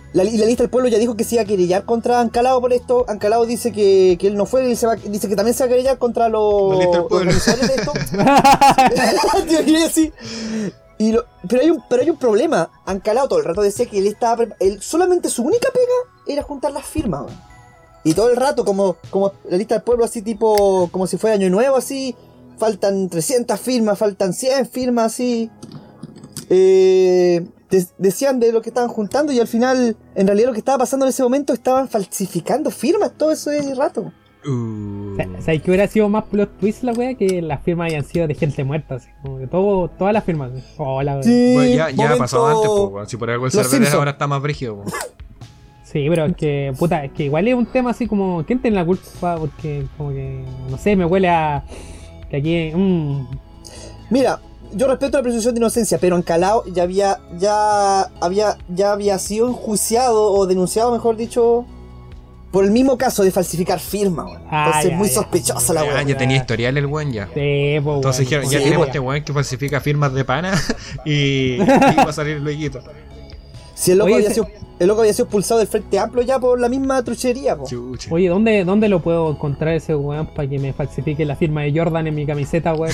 La lista del pueblo ya dijo que se iba a querellar contra Ancalao por esto. Ancalao dice que él no fue, dice que también se va a querellar contra los La lista del pueblo. organizadores de esto. Tío, quería decir. Pero hay un problema. Ancalao todo el rato decía que él solamente su única pega era juntar las firmas, weón. Y todo el rato, como la lista del pueblo, así tipo, como si fuera año nuevo, así. Faltan 300 firmas, faltan 100 firmas, así. Decían de lo que estaban juntando y al final, en realidad lo que estaba pasando en ese momento, estaban falsificando firmas todo ese rato. ¿Sabes que hubiera sido más plot twist la wea? Que las firmas hayan sido de gente muerta, así, como que todas las firmas. Oh, la wea. Sí, Bueno, ya ha momento- pasado antes, po, weón. Si por algo el Los server Simpson. ahora está más brígido, po. Sí, pero es que, puta, es que igual es un tema así como, ¿quién tiene la culpa? Porque, como que, no sé, me huele a que aquí, Mira, yo respeto la presunción de inocencia, pero Ancalao ya había sido enjuiciado o denunciado, mejor dicho, por el mismo caso de falsificar firmas, weón. Entonces ya, muy ya. sospechosa la Ah, weá. ya tenía historial el weón ya. sí, pues, Entonces dijeron, ya Sí, tenemos weón. este weón que falsifica firmas de pana y va a salir luego. Si el loco, Oye, el loco había sido expulsado del Frente Amplio ya por la misma truchería, po. Chucha. Oye, ¿dónde lo puedo encontrar ese weón para que me falsifique la firma de Jordan en mi camiseta, weón?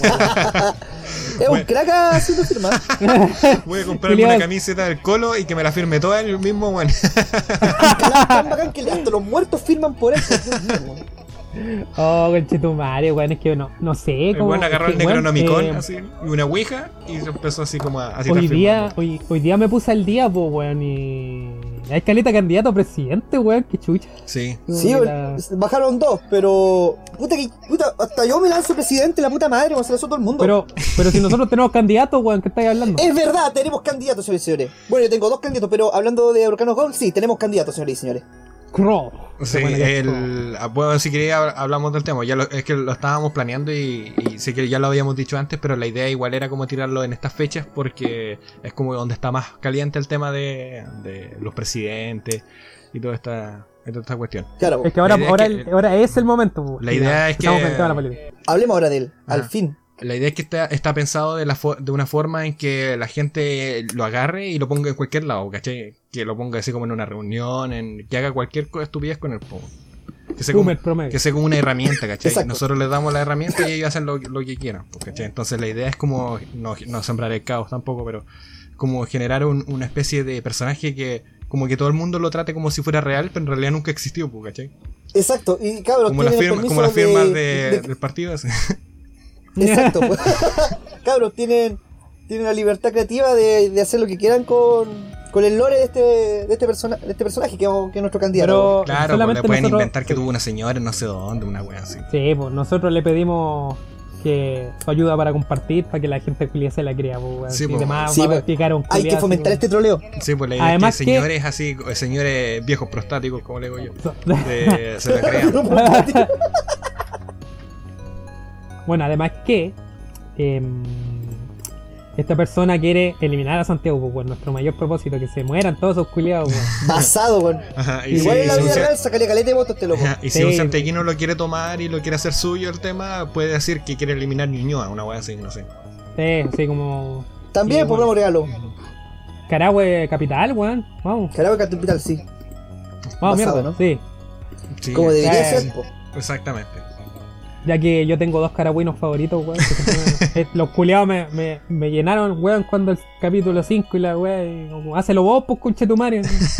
Es un crack haciendo firmas. Voy a comprarme Julián. una camiseta del Colo y que me la firme toda el mismo weón. Ancalao es tan bacán que hasta los muertos firman por él. Dios mío, weón. Oh, conchetumare, weón, es que no sé El cómo. weón agarró es el que, weón, Necronomicon así, y una ouija y se empezó así como a citar firmas. hoy día me puse al día, pues, weón, y hay caleta candidato a presidente, weón, qué chucha. Sí. Sí, bajaron 2, pero. Puta, hasta yo me lanzo presidente, la puta madre, como se lanzó todo el mundo. Pero si nosotros tenemos candidatos, weón, ¿qué estáis hablando? Es verdad, tenemos candidatos, señores y señores. Bueno, yo tengo 2 candidatos, pero hablando de Huracán Gold, sí, tenemos candidatos, señores y señores. Crow. Sí, bueno, si quería hablamos del tema. Es que lo estábamos planeando y sé que ya lo habíamos dicho antes, pero la idea igual era como tirarlo en estas fechas porque es como donde está más caliente el tema de los presidentes y toda esta cuestión. Claro, Es que ahora, La idea es que- ahora es el momento, po. La idea es que- estamos con el tema de la política. hablemos ahora de él, al Ajá. fin. La idea es que está pensado de una forma en que la gente lo agarre y lo ponga en cualquier lado, ¿cachai? Que lo ponga así como en una reunión, que haga cualquier estupidez con el povo. Que sea como, Boomer promedio. que sea como una herramienta, ¿cachai? Exacto. Nosotros les damos la herramienta y ellos hacen lo que quieran, pues, ¿cachai? Entonces la idea es como, no sembrar el caos tampoco, pero como generar una especie de personaje que como que todo el mundo lo trate como si fuera real, pero en realidad nunca existió, pues, ¿cachai? Exacto, y cabros, Como las tienen el firmas permiso del partido. Así. Exacto, pues. Cabros, tienen la libertad creativa de hacer lo que quieran con el lore de este personaje que es nuestro candidato. Pero Claro, pues, solamente le pueden nosotros, inventar que tuvo una señora en no sé dónde, una wea así. Sí, pues nosotros le pedimos que su ayuda para compartir, para que la gente culia se la crea, pues, weón. Sí, Y pues, demás sí, va a pues, practicar un Hay culiao que fomentar así este troleo. Sí, pues la idea Además es que que- señores así, señores viejos prostáticos, como le digo yo, como- se la crean. Bueno, además que esta persona quiere eliminar a Santiago, pues, weón, nuestro mayor propósito, que se mueran todos esos culiados, weón. Basado, weón. Ajá, Igual en la si un vida sa- real, sacaría caleta de votos a este loco. ajá, y si un Sí. santiaguino lo quiere tomar y lo quiere hacer suyo el tema, puede decir que quiere eliminar Ñuñoa, una wea así, no sé. Sí, así como También, Sí, por bueno. un regalo. Carahue capital, weón. Vamos, Carajo, Capital, sí. vamos, Basado, mierda, ¿no? sí. Sí, Como debería Sí. ser, po. exactamente. Ya que yo tengo 2 caragüinos favoritos, weón. que son- los culiados me llenaron, weón, cuando el capítulo 5 y la weón, como, hácelo vos, pues, conchetumare.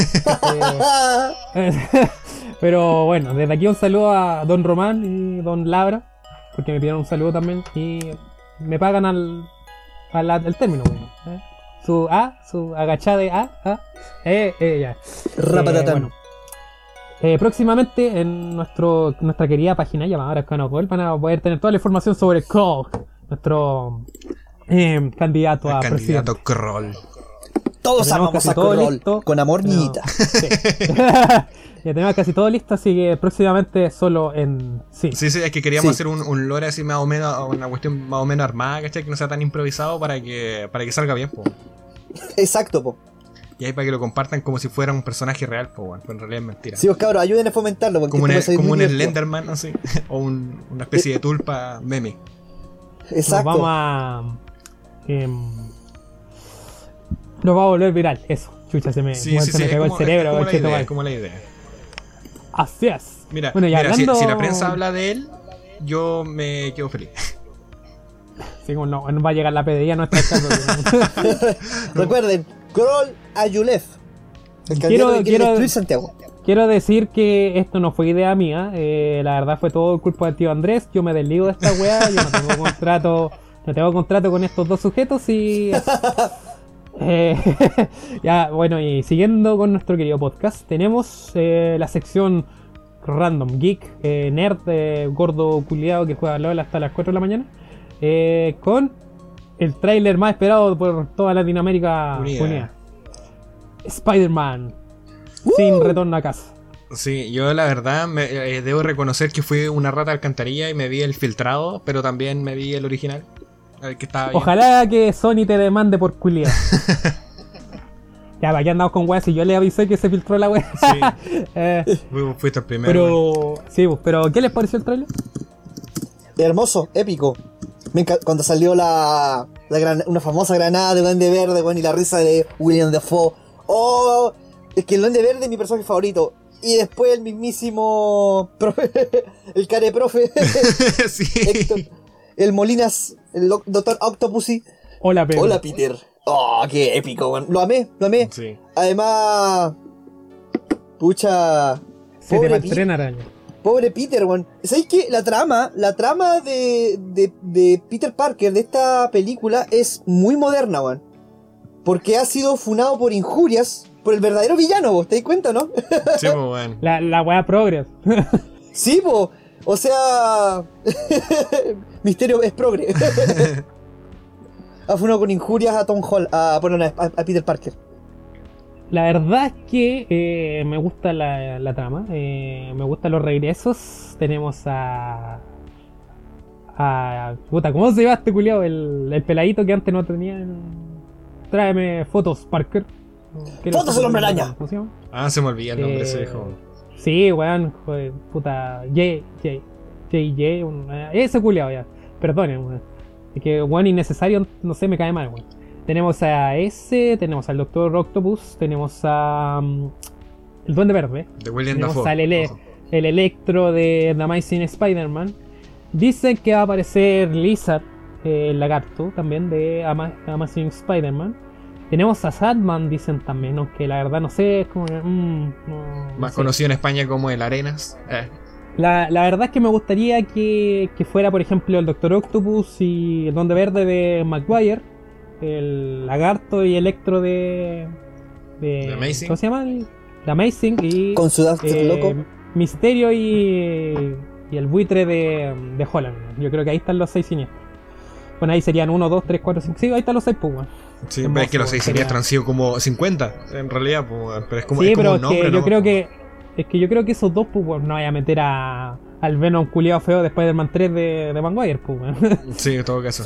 Pero bueno, desde aquí un saludo a Don Román y Don Labra, porque me pidieron un saludo también y me pagan al término, weón. Su agachada de ya. Rapatatán. Bueno. Próximamente en nuestra querida página llamada Arcano Gold van a poder tener toda la información sobre Cole, nuestro candidato a El presidente. candidato Kroll. Todos Tenemos amamos casi a todo Kroll. listo. Con amor, No. niñita. Sí. Ya tenemos casi todo listo, así que próximamente solo en sí. Sí, es que queríamos Sí. hacer un lore así más o menos, una cuestión más o menos armada, ¿cachai? Que no sea tan improvisado para que salga bien, po. Exacto, po. Y ahí para que lo compartan como si fuera un personaje real, po, bueno, pero en realidad es mentira. Sí, pues cabros, ayuden a fomentarlo. Porque Como esto un, puede salir como muy un divertido. Slenderman, así. O una especie de tulpa meme. Exacto. Nos vamos a volver viral, eso. Chucha, se me, Sí, weón, sí, se sí, me es pegó el como, cerebro, es como la conchetumare. idea, es como la idea. Así es. Mira, Bueno, y mira, hablando... si la prensa habla de él, yo me quedo feliz. Sí, como no va a llegar la PDI a nuestra casa. Recuerden, Kroll Ayulef. El Quiero- candidato que quiere quiero- destruir Santiago. Quiero decir que esto no fue idea mía, la verdad fue todo culpa del tío Andrés, yo me desligo de esta weá, yo no tengo contrato con estos dos sujetos y... eh, ya, bueno, y siguiendo con nuestro querido podcast, tenemos la sección Random Geek, nerd, gordo culiado que juega LOL hasta las 4 de la mañana, con el tráiler más esperado por toda Latinoamérica unida. Spider-Man. Sin retorno a casa. Sí, yo la verdad debo reconocer que fui una rata de alcantarilla y me vi el filtrado, pero también me vi el original, el que estaba bien. Ojalá que Sony te demande por culiao. Ya, ¿para qué andamos con weas? Si yo le avisé que se filtró la wea. Sí. Fuiste el primero. Pero, sí, pero ¿qué les pareció el trailer? Hermoso, épico. Cuando salió una famosa granada de Duende Verde, bueno, y la risa de William Dafoe. Oh, es que el Duende Verde es mi personaje favorito. Y después el mismísimo el care profe, Sí. Héctor, el Molinas, el Doctor Octopussy. Hola, Pedro. Hola, Peter. Oh, qué épico, man. Lo amé. Sí. Además, pucha, Se te pobre maltrena araña. pobre Peter, weón. ¿Sabéis qué? La trama de Peter Parker de esta película es muy moderna, weón. Porque ha sido funado por injurias por el verdadero villano, vos, ¿te das cuenta, no? Sí, pues bueno. La wea progress. Sí, po. O sea, Misterio es progre. Ha funado con injurias a Tom Holland, a Peter Parker. La verdad es que me gusta la trama. Me gustan los regresos. Tenemos puta, ¿cómo se llama este culiao? El peladito que antes no tenía. Tráeme fotos, Parker. ¡Fotos del Hombre Araña! ¿Cómo se llama? Ah, se me olvida el nombre, se dejó. Sí, weón, joder, puta. Ese culiao ya. Perdonen, weón. Es que weón innecesario, no sé, me cae mal, weón. Tenemos a ese, tenemos al Doctor Octopus, tenemos a. El Duende Verde. De William Tenemos Dafoe. al Ojo. el Electro de The Amazing Spider-Man. Dicen que va a aparecer Lizard, el lagarto, también de Amazing Spider-Man. Tenemos a Sandman, dicen también, aunque la verdad no sé, es como que, no Más sé. conocido en España como el Arenas. La verdad es que me gustaría que fuera, por ejemplo, el Doctor Octopus y el Duende Verde de Maguire, el Lagarto y Electro de The Amazing. ¿cómo se llama? The Amazing y Con su Duster loco. Misterio y el buitre de Holland. Yo creo que ahí están los 6 siniestros. Bueno, ahí serían 1, 2, 3, 4, 5, sí, ahí están los 6, pues, weón. Sí, Hermoso, pero es que los 6 sería- siniestros han sido como 50, en realidad, pues, pero es como, Sí, es como pero un es nombre, que ¿no? yo creo que. Es que yo creo que esos dos, pues, weón, no vaya a meter al Venom culiado feo de Spider-Man 3 de Maguire, pues, weón. Sí, en todo caso.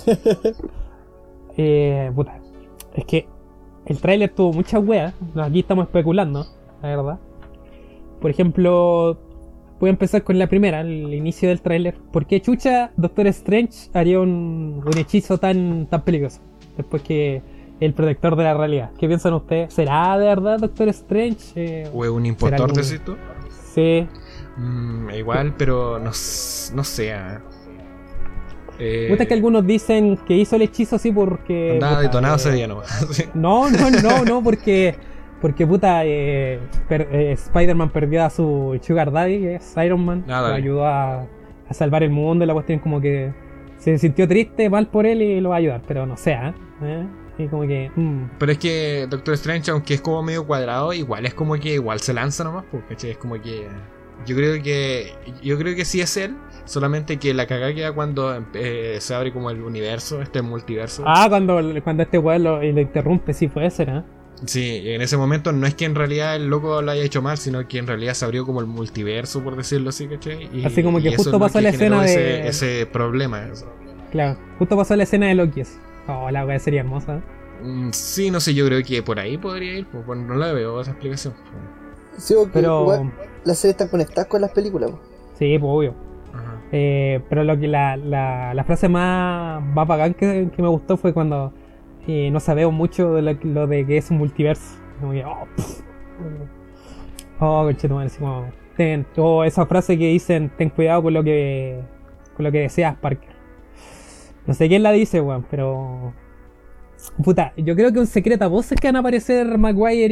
Puta. Es que el tráiler tuvo muchas weas. Aquí estamos especulando, la verdad. Por ejemplo, voy a empezar con la primera, el inicio del tráiler. ¿Por qué chucha Doctor Strange haría un hechizo tan peligroso? Después que el protector de la realidad. ¿Qué piensan ustedes? ¿Será de verdad Doctor Strange? ¿O es un impostor, algún- decís tú? Sí. Igual, pero no sé. Puta que algunos dicen que hizo el hechizo así porque... Andaba puta, detonado ese día, ¿no? Sí. No, porque puta, Spider-Man perdió a su Sugar Daddy, que es Iron Man, Ah, lo dale. ayudó a salvar el mundo, y la cuestión como que se sintió triste, mal por él y lo va a ayudar, pero no sé, y como que... Pero es que Doctor Strange, aunque es como medio cuadrado, igual es como que igual se lanza nomás, porque es como que yo creo que sí es él, solamente que la cagada queda cuando se abre como el universo, este multiverso. cuando este weón lo interrumpe, sí puede ser, Sí, en ese momento no es que en realidad el loco lo haya hecho mal, sino que en realidad se abrió como el multiverso, por decirlo así, ¿cachai? Así como que eso justo es lo pasó que la generó escena de- ese problema. Eso. Claro, justo pasó la escena de Loki. Oh, la weá sería hermosa. Sí, no sé, yo creo que por ahí podría ir, pues bueno, no la veo esa explicación. Sí, porque Pero... igual las series están conectadas con las películas. Po. Sí, pues obvio. Ajá. Pero lo que la frase más bacán que me gustó fue cuando no sabemos mucho de lo de que es un multiverso. Como que, oh, pff. Oh, conchetumare, así como, o esa frase que dicen, ten cuidado con lo que deseas, Parker. No sé quién la dice, weón, pero... Puta, yo creo que un secreto a voces que van a aparecer Maguire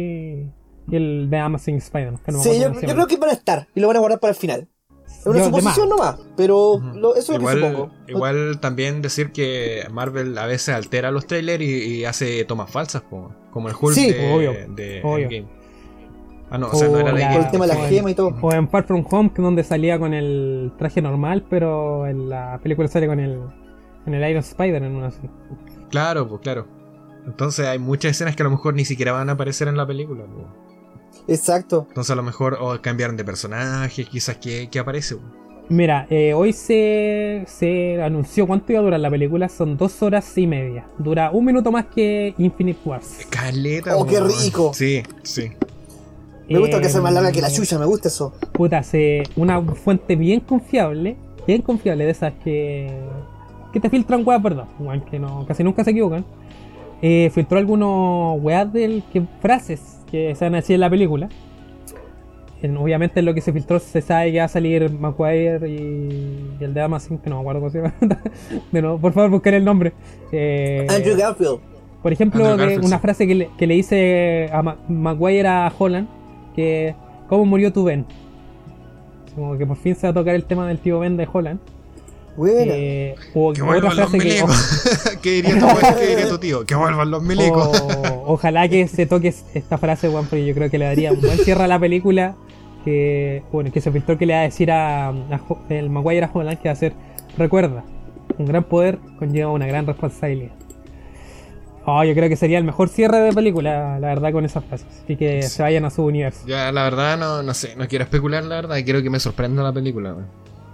y el de Amazing Spider-Man. Que no me Sí, acuerdo yo cómo se llama. creo que van a estar y lo van a guardar para el final. Es una Yo, suposición de más. nomás, pero eso es lo que supongo. Igual también decir que Marvel a veces altera los trailers y hace tomas falsas, como el Hulk Sí, obvio, de obvio. Endgame. Ah, no, o sea, no era de la- Con el Endgame. tema de la o en- gema y todo. O en Far From Home, que donde salía con el traje normal, pero en la película sale con el Iron Spider en una así. Claro, pues claro. Entonces hay muchas escenas que a lo mejor ni siquiera van a aparecer en la película. Pues. Exacto. Entonces a lo mejor o cambiaron de personaje, quizás que aparece. Pues. Mira, hoy se anunció cuánto iba a durar la película, son 2 horas y media. Dura 1 minuto más que Infinite Wars. Caleta. Oh, qué pues. rico. Sí, sí. Me gusta que sea más larga que la chucha, me gusta eso. Puta, una fuente bien confiable de esas que te filtran weas, ¿verdad? Weón, que no, casi nunca se equivocan. Filtró algunos weas frases que se van a decir en la película. Obviamente en lo que se filtró se sabe que va a salir Maguire y el de Amazon, que no me acuerdo cómo se llama. De nuevo, por favor, busquen el nombre. Andrew Garfield. Por ejemplo, Andrew Garfield, una sí. frase que le dice a Maguire a Holland, que ¿cómo murió tu Ben? Como que por fin se va a tocar el tema del tío Ben de Holland. Buena. O Que otra vuelvan los frase que milecos. ¿Qué diría tu tío? Que vuelvan los milecos. ojalá que se toque esta frase, Juan, porque yo creo que le daría un buen cierre a la película. Que se filtró que le va a decir el Maguire a Holland que va a ser: recuerda, un gran poder conlleva una gran responsabilidad. Oh, yo creo que sería el mejor cierre de película, la verdad, con esas frases. Y que se vayan a su universo. Ya, la verdad, no sé, no quiero especular, la verdad, quiero que me sorprenda la película. Wey.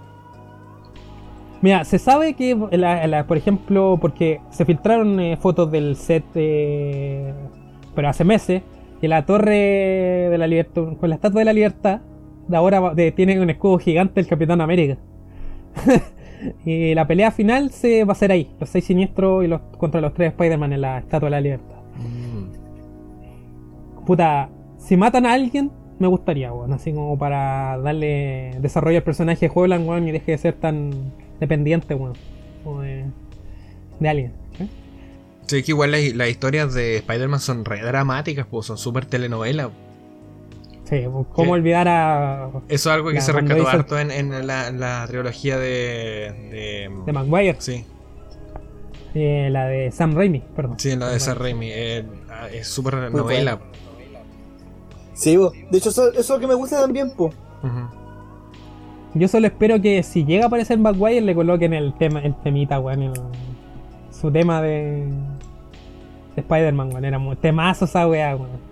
Mira, se sabe que, por ejemplo, porque se filtraron fotos del set, pero hace meses, que la torre de la libertad, con la estatua de la libertad, de ahora tiene un escudo gigante del Capitán América. Y la pelea final va a ser ahí, los 6 siniestros y contra los 3 Spider-Man en la estatua de la libertad. Puta, si matan a alguien, me gustaría, weón, así como para darle desarrollo al personaje de Holland, weón, y deje de ser tan dependiente, weón, como de alguien. Sí, que igual las historias de Spider-Man son re dramáticas, pues son súper telenovelas. Sí, cómo olvidar a... Eso es algo que Ya, se cuando rescató hizo- harto en la trilogía de de Maguire, sí, la de Sam Raimi, perdón. sí, en la de Sam Raimi. Es súper novela. Sí, bo. De hecho, eso es lo que me gusta también, po. Ujú. Yo solo espero que si llega a aparecer Maguire le coloquen el temita, weón, su tema de Spider-Man, weón, era muy temazo esa weá, weón.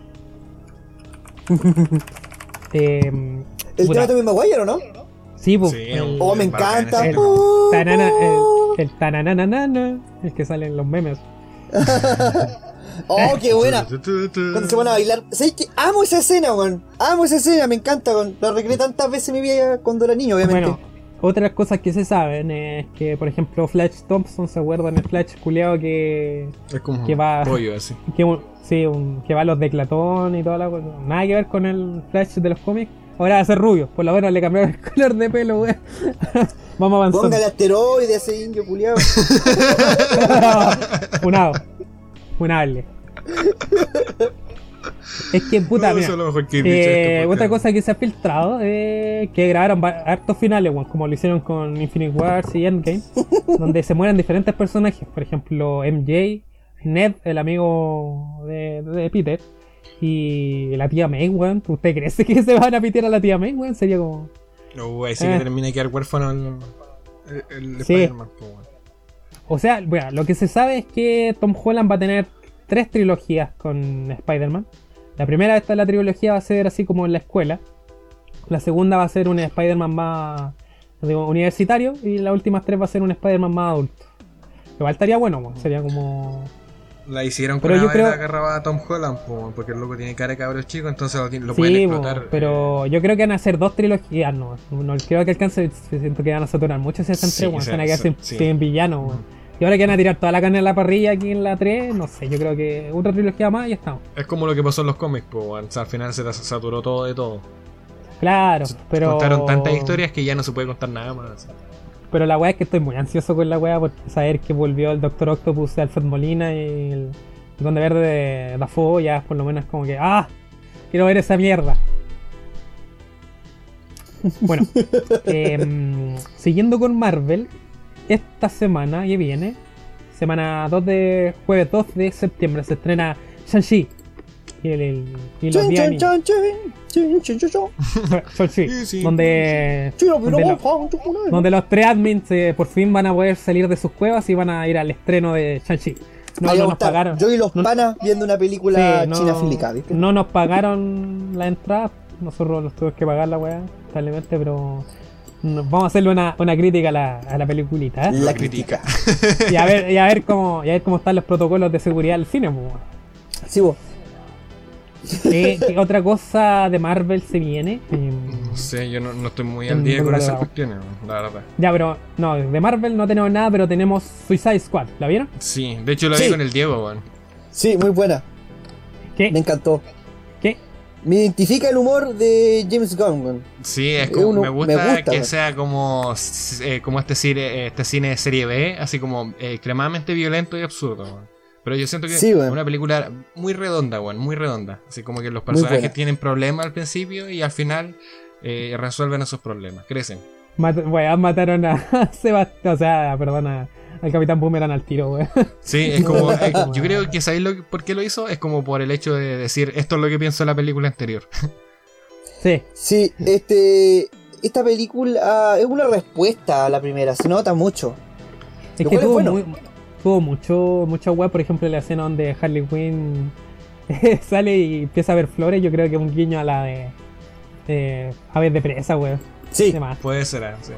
El Puta, tema de Tobey Maguire, ¿o no? sí, pues. Sí, Oh, me bacán encanta. ese El, tema. el tananana, el que sale en los memes. Oh, qué buena. Tu, tu, tu. Cuando se van a bailar. ¿Sabes qué? Amo esa escena, weón. Amo esa escena, me encanta, weón. La recreé tantas veces en mi vida cuando era niño, obviamente. Bueno, otras cosas que se saben es que, por ejemplo, Flash Thompson, ¿se acuerdan? El Flash culiao que Es como que va- pollo así. que va a los de Clatón y toda la cosa. Nada que ver con el Flash de los cómics. Ahora va a ser rubio. Por la hora le cambiaron el color de pelo, weón. Vamos avanzando. Póngale asteroide a ese indio culiado. Funado. Funable. Es que, puta, No, mira, eso es lo mejor que he dicho este podcast. otra cosa que se ha filtrado que grabaron hartos finales, bueno, como lo hicieron con Infinite Wars y Endgame, donde se mueren diferentes personajes. Por ejemplo, MJ, Ned, el amigo de Peter, y la tía May, weón. ¿Usted cree que se van a pitear a la tía May, weón? Sería como... No, ahí sí que termina de quedar huérfano el Sí. Spider-Man. Pues, bueno. O sea, bueno, lo que se sabe es que Tom Holland va a tener 3 trilogías con Spider-Man. La primera de esta la trilogía va a ser así como en la escuela. La segunda va a ser un Spider-Man más digo, universitario. Y las últimas 3 va a ser un Spider-Man más adulto. Igual estaría bueno, pues, sería como... La hicieron Pero con yo la creo- bala agarraba a Tom Holland, pues, porque el loco tiene cara de cabro chico, entonces lo Sí, pueden po, explotar. pero yo creo que van a hacer 2 trilogías, no creo que alcance, siento que van a saturar mucho si hacen Sí, 3, weón, sí, se van a quedar sí, sin villano, weón. Y ahora que van a tirar toda la carne a la parrilla aquí en la 3, no sé, yo creo que otra trilogía más y ya estamos. Es como lo que pasó en los cómics, pues, weón. O sea, al final se saturó todo de todo. Claro, pero... Contaron tantas historias que ya no se puede contar nada más. Pero la weá es que estoy muy ansioso con la weá por saber que volvió el Doctor Octopus de Alfred Molina y el Duende Verde de Dafoe, ya por lo menos como que ¡ah! Quiero ver esa mierda. Bueno, siguiendo con Marvel, esta semana que viene, semana 2 de jueves 2 de septiembre, se estrena Shang-Chi. Y los 10 anillos. Shang-Chi, Sí. donde los 3 admins por fin van a poder salir de sus cuevas y van a ir al estreno de Shang-Chi. No nos pagaron. Yo y los panas viendo una película Sí, china fílica, ¿viste? no nos pagaron la entrada. Nosotros nos tuvimos que pagar la weá, lamentablemente, pero vamos a hacerle una crítica a la peliculita, ¿eh? La crítica. Y a ver cómo están los protocolos de seguridad del cine, pues. Sí, vos. ¿Qué otra cosa de Marvel se viene? No sé, yo no estoy muy al día con esas cuestiones, la verdad. Ya, pero no, de Marvel no tenemos nada, pero tenemos Suicide Squad, ¿la vieron? Sí, de hecho la vi Sí. con el Diego, weón. Sí, muy buena. ¿Qué? Me encantó. ¿Qué? Me identifica el humor de James Gunn, weón. Sí, es como, me gusta que weón. sea como este cine de serie B, así como extremadamente violento y absurdo, weón. Pero yo siento que Sí, es weón. una película muy redonda, weón, muy redonda. Así como que los Muy personajes buena. tienen problemas al principio y al final resuelven esos problemas, crecen. Mataron a Sebastián, o sea, perdona, al Capitán Boomerang al tiro, weón. Sí, es como, yo creo que ¿sabéis por qué lo hizo? Es como por el hecho de decir, esto es lo que pienso de la película anterior. Sí. Sí, esta película es una respuesta a la primera, se nota mucho. Es Lo que cual es tuvo, bueno. tuvo mucha web, por ejemplo, la escena donde Harley Quinn sale y empieza a ver flores, yo creo que es un guiño a la de Aves de Presa, weón. Sí, Demás. Puede ser, sí.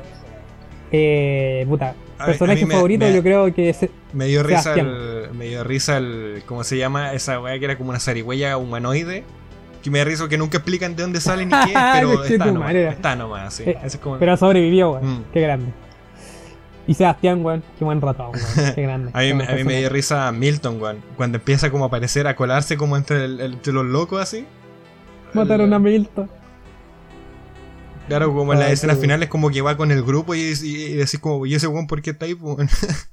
Puta, A personaje mí me- favorito me- yo creo que es Me dio risa Sebastián. ¿cómo se llama? Esa weá que era como una zarigüeya humanoide. Que me da risa que nunca explican de dónde sale ni qué, pero Conchetumare. está nomás, sí. Ese es como- pero sobrevivió, weón. Mm. Qué grande. Y Sebastián, weón, qué buen ratón, weón. Qué grande. A mí Qué buen me dio personaje. risa Milton, weón. Cuando empieza como a aparecer, a colarse como entre los locos así. Mataron a Milton. Claro, como en las Ay, escenas qué- finales como que va con el grupo y decís como, ¿y ese weón por qué está ahí, weón?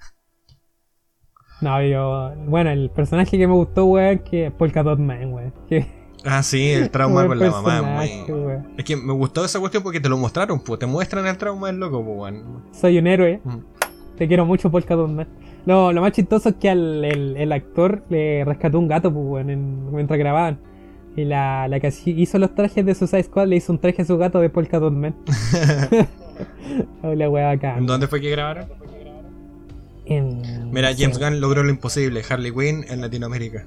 No, bueno, el personaje que me gustó, weón, que es Polka Dot Man, weón. Que Ah, sí, el trauma buen con la mamá. personaje, weón. Es que me gustó esa cuestión porque te lo mostraron, pues. Te muestran el trauma del loco, pues, weón. Soy un héroe. Mm. Te quiero mucho, Polka Dot Man. Lo más chistoso es que el actor le rescató un gato, pues, weón, mientras grababan. Y la que hizo los trajes de Suicide Squad le hizo un traje a su gato de Polka Dot Man. La weá acá. ¿En dónde fue que grabaron? Mira, James Gunn logró lo imposible. Harley Quinn en Latinoamérica.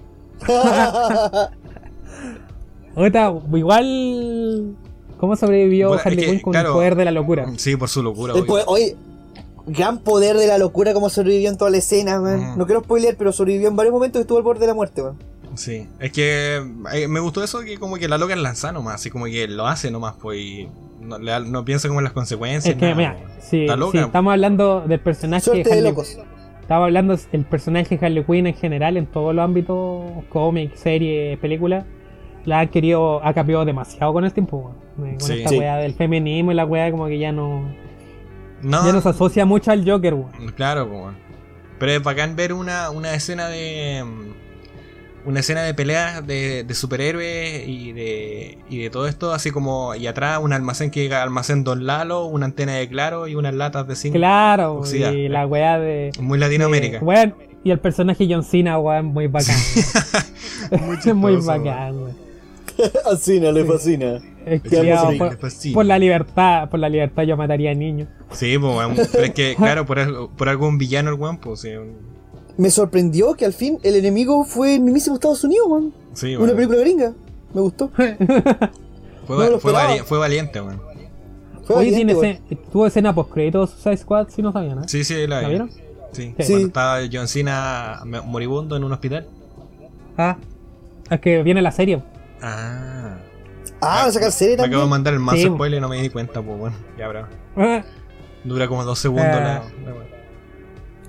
Igual. ¿Cómo sobrevivió Bueno, es Harley que, Quinn con claro, el poder de la locura? Sí, por su locura, El obvio. poder- oye, gran poder de la locura como sobrevivió en toda la escena, man. Mm. No quiero spoilear, pero sobrevivió en varios momentos y estuvo al borde de la muerte, man. Sí, es que me gustó eso que como que la loca lanza nomás, así como que lo hace nomás, pues, y no piensa como en las consecuencias. Es que, nada, mira, pues. si Está loca. estamos hablando del personaje Suerte de Harley- locos. Estaba hablando del personaje de Harley Quinn en general, en todos los ámbitos, cómic, serie, película. Ha cambiado demasiado con el tiempo, weón. Con Sí. esta Sí. weá del feminismo y la weá como que ya no No, se asocia mucho al Joker, weón. claro, pues. Pero es bacán ver una escena de. Una escena de peleas de superhéroes y de todo esto, así como. Y atrás un almacén que diga almacén Don Lalo, una antena de Claro y unas latas de zinc. Claro, oxidada. y la weá de. Muy Latinoamérica. Weón, y el personaje John Cena, weón, muy bacán. Muy Es muy chistoso, bacán, weón. Fascina, le fascina. Es Sí, que ya, sí, le fascina. por la libertad yo mataría a niños. Sí, pues, weón, pero es que, claro, por algo un villano el weón, pues, sí, Me sorprendió que al fin el enemigo fue el mismísimo Estados Unidos, man. sí, Una weón. película gringa. Me gustó. Fue, no lo esperaba. fue valiente, weón. Fue Oye, valiente, tiene tuvo escena post créditos Suicide Squad, si no sabían, ¿no? Sí, sí, ¿La vi. vieron? Sí. Sí. Cuando estaba John Cena moribundo en un hospital. Ah, es que viene la serie. Ah. Ah, van a sacar serie Me acabo de también. mandar el más Sí. spoiler y no me di cuenta, pues, bueno. Ya, bravo. Ah, Dura como 2 segundos Ah. la weá.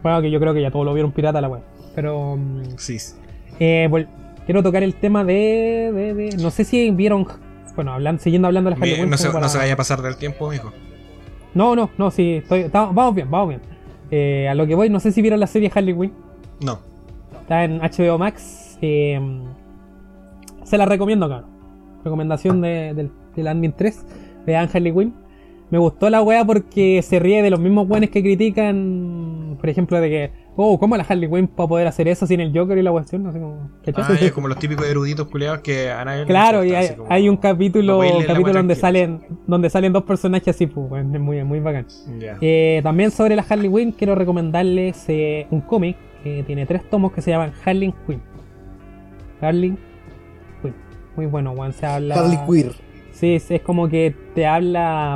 Bueno, que yo creo que ya todos lo vieron pirata la web. Pero Sí. quiero tocar el tema no sé si vieron. Bueno, siguiendo hablando de la Harley Quinn. No como se vaya a pasar del tiempo, mijo. No, sí, vamos bien. A lo que voy, no sé si vieron la serie Harley Quinn. No. Está en HBO Max. Se la recomiendo, cabrón. Recomendación del Admin 3. Vean Harley Quinn. Me gustó la wea porque se ríe de los mismos weones que critican, por ejemplo, de que, ¿cómo la Harley Quinn para poder hacer eso sin el Joker y la cuestión? No sé cómo. Es como los típicos eruditos culiados que a nadie Claro, le y importa, hay un capítulo donde tranquilo. salen dos personajes así, pues, bueno, es muy, muy bacán. Ya. También sobre la Harley Quinn quiero recomendarles un cómic que tiene 3 tomos que se llaman Harley Quinn. Harley Quinn. Muy bueno, weón. Se habla. Harley Quinn. Sí, es como que te habla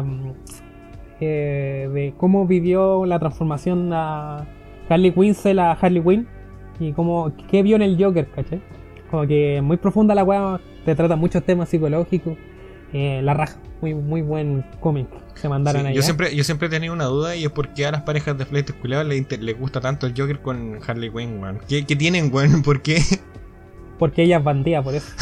de cómo vivió la transformación a Harley Quinn a Harley Quinn y qué vio en el Joker, ¿cachai? Como que muy profunda la weá, te trata muchos temas psicológicos. La raja, muy, muy buen cómic. Se mandaron Sí, allá. yo siempre he tenido una duda y es por qué a las parejas de flights culiados les gusta tanto el Joker con Harley Quinn, weón. ¿Qué tienen, weón? ¿Por qué? Porque ella es bandida, por eso.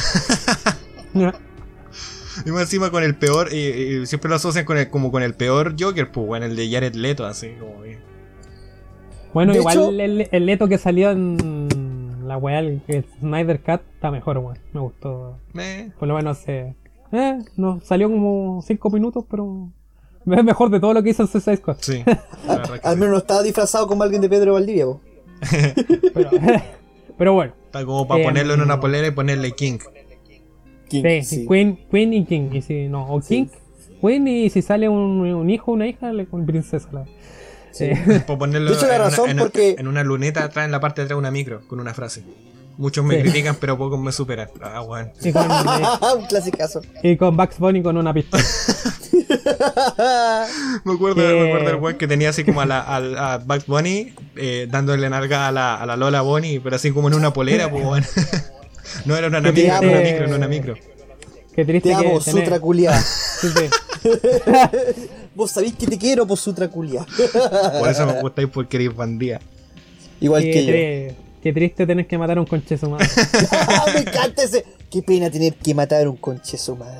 Y más encima con el peor, y siempre lo asocian como con el peor Joker, pues, weón, el de Jared Leto, así como. Bueno, De igual hecho- el Leto que salió en la weá, el Snyder Cut, está mejor, weón. Me gustó. Por lo menos no, salió como 5 minutos, pero es mejor de todo lo que hizo en Suicide Squad. Sí, la verdad que Al sí. menos no estaba disfrazado como alguien de Pedro Valdivia, po. Pero, pero bueno. Está como para ponerlo en una polera y ponerle King. King, Sí. Queen y King. Y si no, o King, Queen, y si sale un hijo o una hija, con princesa. Sí. Para ponerlo De hecho, la razón porque- en una luneta atrás, en la parte de atrás de una micro, con una frase. Muchos me Sí. critican, pero pocos me superan. Ah, weón. Un clasicazo. Y con Bugs Bunny con una pistola. Me acuerdo del weón que tenía así como a Bugs Bunny dándole narga a la Lola Bunny, pero así como en una polera, pues weón. No era una Que te micro, amo. era una micro, no una micro. Qué triste Te amo, que Sutra culia. Sí. Vos sabéis que te quiero, por Sutra culia. Por eso me gustáis porque eres bandía. Igual que yo. Qué triste tener que matar a un conche su madre. Me encanta ese. Qué pena tener que matar a un conche su madre.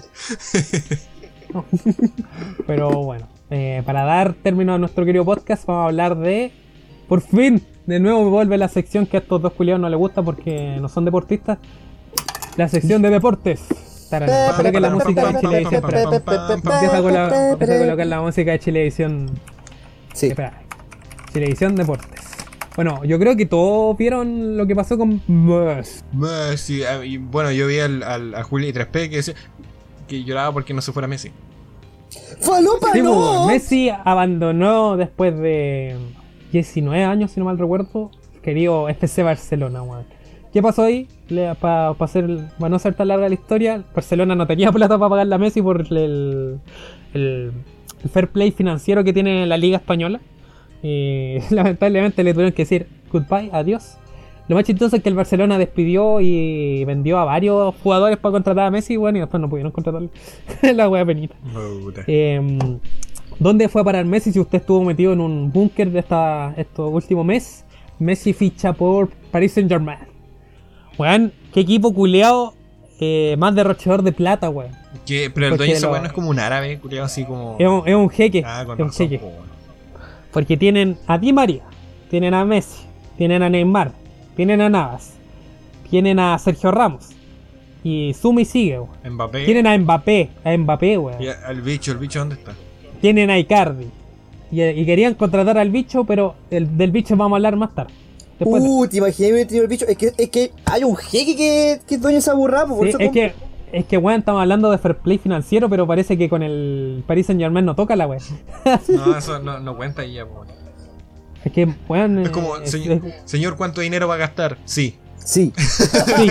Pero bueno, para dar término a nuestro querido podcast, vamos a hablar de. Por fin, de nuevo vuelve la sección que a estos dos culiados no les gusta porque no son deportistas. La sección de deportes. Tarán. Espero que la música de Chilevisión. Espera, empieza a colocar la música de Chilevisión. Sí. Espera. Chilevisión Deportes. Bueno, yo creo que todos vieron lo que pasó con Messi. Sí, y bueno, yo vi a Juli 3P que decía que lloraba porque no se fuera Messi. ¡Falopa, Sí, no! Messi abandonó después de 19 años, si no mal recuerdo, querido FC Barcelona, weón. ¿Qué pasó ahí? Para no ser tan larga la historia, Barcelona no tenía plata para pagarle a Messi por el fair play financiero que tiene la Liga Española. Y lamentablemente le tuvieron que decir goodbye, adiós. Lo más chistoso es que el Barcelona despidió y vendió a varios jugadores para contratar a Messi, bueno, y después no pudieron contratarlo. La wea penita. Puta. ¿Dónde fue a parar Messi si usted estuvo metido en un búnker de estos últimos meses? Messi ficha por Paris Saint Germain. Weón, qué equipo culeado más derrochador de plata, weón. Pero el Porque dueño de ese lo- weón no es como un árabe, culiado así como. Es un jeque. Ah, con es un razón, jeque. po, weón. Porque tienen a Di María, tienen a Messi, tienen a Neymar, tienen a Navas, tienen a Sergio Ramos. Y suma y sigue, weón. Mbappé. Tienen a Mbappé, weón. Y el bicho ¿dónde está? Tienen a Icardi. Y querían contratar al bicho, pero del bicho vamos a hablar más tarde. Después Te imaginé haber tenido el bicho. Es que hay un jeque que es dueño de esa burrada, po, por sí, eso es que weón, estamos hablando de fair play financiero, pero parece que con el Paris Saint Germain no toca la weón. No, eso no cuenta y ya, po. Es que weón. Es como, señor, ¿cuánto dinero va a gastar? Sí. Sí. sí.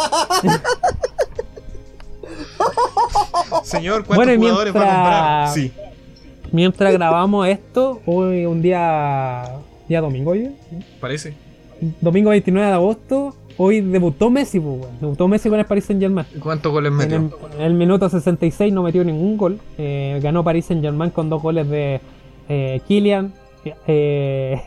Señor, ¿cuántos Bueno, y jugadores va a comprar? Sí. Mientras grabamos esto, hoy un día domingo, oye. Parece. Domingo 29 de agosto, hoy debutó Messi, pues, weón. Debutó Messi con el Paris Saint Germain. ¿Cuántos goles En metió? el minuto 66 no metió ningún gol. Ganó Paris Saint Germain con 2 goles de Kylian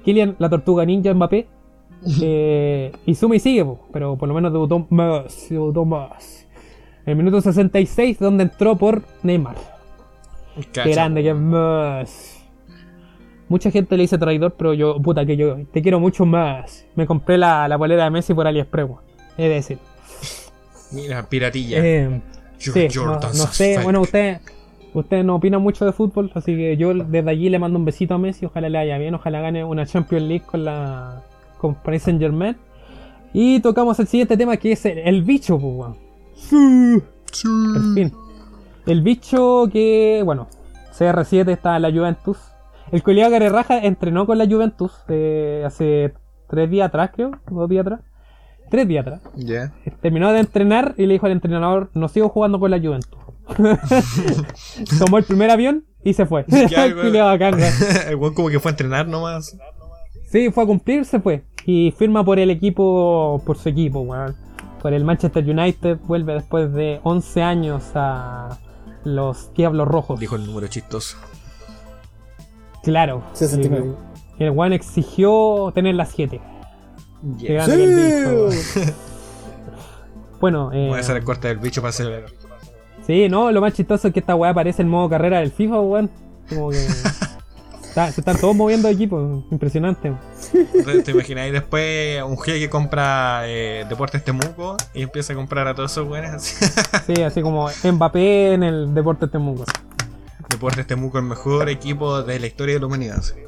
Kylian, la tortuga ninja Mbappé. Y suma y sigue, pero por lo menos debutó más. En el minuto 66, donde entró por Neymar. Cacha. Qué grande que es más. Mucha gente le dice traidor, pero yo te quiero mucho más. Me compré la polera de Messi por AliExpress, weón. Es decir. Mira, piratilla. Sí, no sé, bueno, usted no opina mucho de fútbol, así que yo desde allí le mando un besito a Messi, ojalá le vaya bien, ojalá gane una Champions League con Paris Saint Germain. Y tocamos el siguiente tema, que es el bicho, pues, weón. Por fin. El bicho que, bueno, CR7 está en la Juventus. El Culeado Garerraja entrenó con la Juventus hace 3 días atrás, creo, 2 días atrás. 3 días atrás. Ya. Terminó de entrenar y le dijo al entrenador, no sigo jugando con la Juventus. Tomó el primer avión y se fue. El culiao bacán, weón. El weón como que fue a entrenar nomás. Sí, fue a cumplir, se fue. Y firma por el equipo, por su equipo, weón. Por el Manchester United, vuelve después de 11 años a los Diablos Rojos. Dijo el número chistoso. Claro. 69. El weón exigió tener las 7. Yeah. Qué grande que el bicho. Bueno, Voy a hacer el corte del bicho para hacer. sí, no, lo más chistoso es que esta weá aparece en modo carrera del FIFA, weón. Como que se están todos moviendo de equipo, impresionante. ¿Te imagináis después un jeque que compra Deportes Temuco y empieza a comprar a todos esos weones así? Sí, así como Mbappé en el Deportes Temuco. Deportes Temuco, el mejor equipo de la historia de la humanidad. Sí.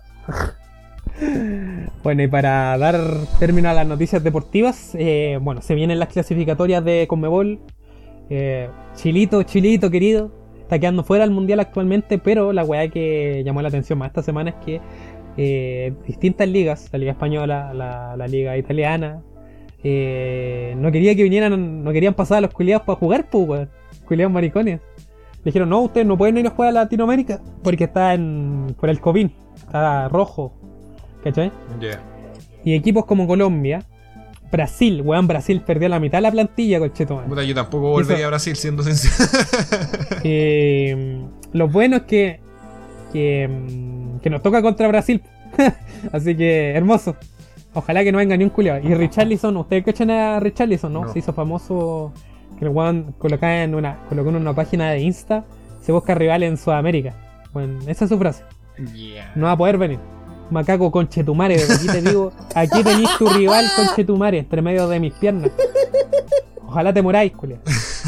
Bueno, y para dar término a las noticias deportivas, bueno, se vienen las clasificatorias de Conmebol. Chilito querido, está quedando fuera del mundial actualmente, pero la weá que llamó la atención más esta semana es que distintas ligas, la liga española, la liga italiana, no querían pasar a los culiados para jugar, pues, weón, culiados maricones. Dijeron, no, ustedes no pueden ir a jugar a Latinoamérica porque está por el COVID, está rojo, ¿cachai? Yeah. Y equipos como Colombia, Brasil perdió la mitad de la plantilla, conchetumare. Puta, yo tampoco volvería a Brasil, siendo sencillo. Lo bueno es que nos toca contra Brasil. Así que, hermoso. Ojalá que no venga ni un culiao. Y Richarlison, ¿ustedes cachan a Richarlison, no? No. Se hizo famoso que el weón colocó en una página de Insta, se busca rival en Sudamérica. Bueno, esa es su frase. Yeah. No va a poder venir. Macaco conchetumare, desde aquí te digo, aquí tenés tu rival conchetumare, entre medio de mis piernas. Ojalá te moráis, culia.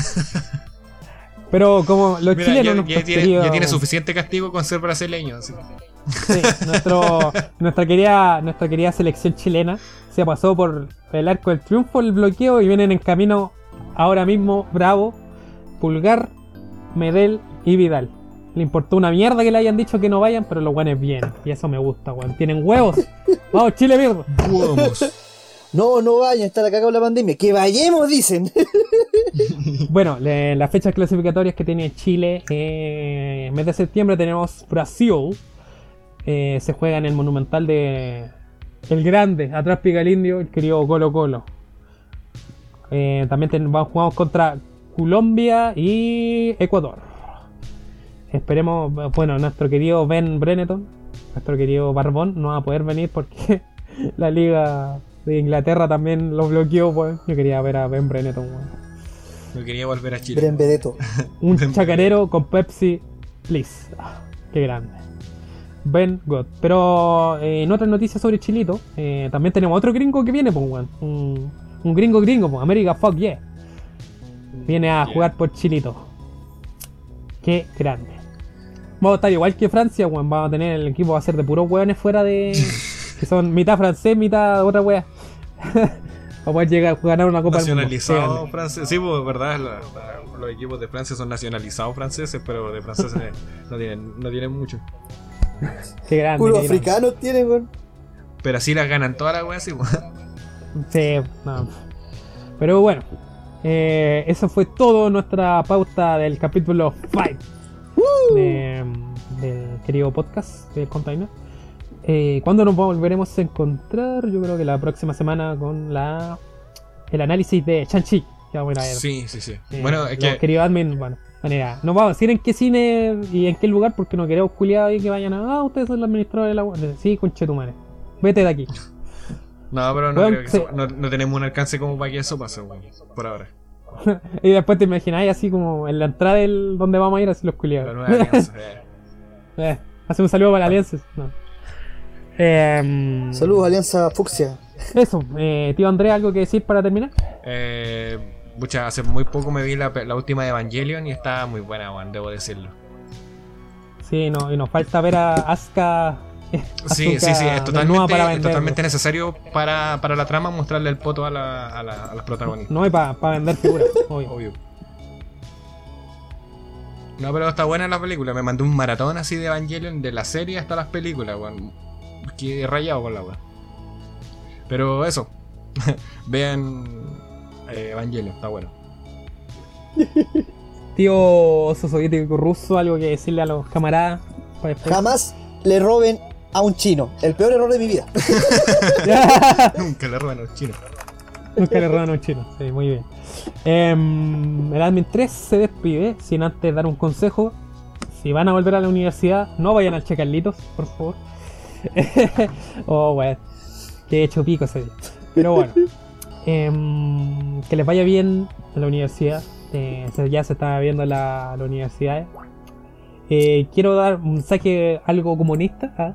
Pero como los Mira, chilenos ya tiene suficiente castigo con ser brasileño. Así. Sí, nuestra querida selección chilena se pasó por el arco del triunfo, el bloqueo, y vienen en camino ahora mismo Bravo, Pulgar, Medel y Vidal. Le importó una mierda que le hayan dicho que no vayan, pero los guanes vienen. Y eso me gusta, weón. Tienen huevos. Vamos, Chile, mierda. Vamos. No vayan, está la cagada la pandemia. Que vayamos, dicen. Bueno, las fechas clasificatorias que tiene Chile, en mes de septiembre tenemos Brasil. Se juega en el Monumental de El Grande. Atrás pica el indio, el querido Colo Colo. También jugamos contra Colombia y Ecuador. Esperemos, bueno, nuestro querido Ben Breneton, nuestro querido Barbón, no va a poder venir porque la liga de Inglaterra también lo bloqueó, pues. Yo quería ver a Ben Breneton, weón. No quería volver a Chile. Brembedeto. Un chacarero con Pepsi, please. Qué grande. Ben God. Pero en otras noticias sobre Chilito, también tenemos otro gringo que viene, pues, weón. Un gringo, pues, America fuck yeah. Viene a jugar por Chilito. Qué grande. Vamos a estar igual que Francia, weón. Vamos a tener el equipo, va a ser de puros weones fuera de. Que son mitad francés, mitad otra wea. Para poder llegar a ganar una Copa del Mundo. Nacionalizado francés. Sí, pues verdad, los equipos de Francia son nacionalizados franceses, pero de franceses no tienen mucho. Qué grande. Puro qué grande. africanos tienen, weón. Pero así las ganan todas las weas, sí, pues. Sí, no. Pero bueno, eso fue todo nuestra pauta del capítulo 5 del querido podcast del Container. ¿Cuándo nos volveremos a encontrar? Yo creo que la próxima semana con el análisis de Shang-Chi. Que vamos a ir a ver. Sí. Bueno, es que. Querido admin, bueno, manera. No vamos a decir en qué cine y en qué lugar porque no queremos culiados ahí que vayan a. Ustedes son los administradores de la web. Sí, conchetumare. vete de aquí. No, pero no Weón, creo que sí. no tenemos un alcance como para que eso pase, weón. Por ahora. Y después te imagináis así como en la entrada del donde vamos a ir, así los La culiados. nueva alianza. Hace un saludo para la alianza. No. Saludos, Alianza Fucsia. Eso, tío Andrés, ¿algo que decir para terminar? Mucha, hace muy poco me vi la última de Evangelion y está muy buena, weón, debo decirlo. Sí, no, y nos falta ver a Asuka. Sí, Asuka es desnuda para es vender. totalmente necesario para la trama mostrarle el poto a las protagonistas. No, y para vender figuras, obvio. Obvio. No, pero está buena la película. Me mandé un maratón así de Evangelion, de la serie hasta las películas, weón. Quedé rayado con la weón. Pero eso. Vean Evangelion, está bueno. Tío soviético ruso, algo que decirle a los camaradas. para después. Jamás le roben a un chino. El peor error de mi vida. Nunca le roban a los chinos. Nunca le roban a un chino, sí, muy bien. El Admin 3 se despide sin antes dar un consejo. Si van a volver a la universidad, no vayan al Che Carlitos, por favor. Oh, bueno, que he hecho pico ese día. Pero bueno, que les vaya bien en la universidad. Ya se está viendo la universidad. Quiero dar un mensaje algo comunista.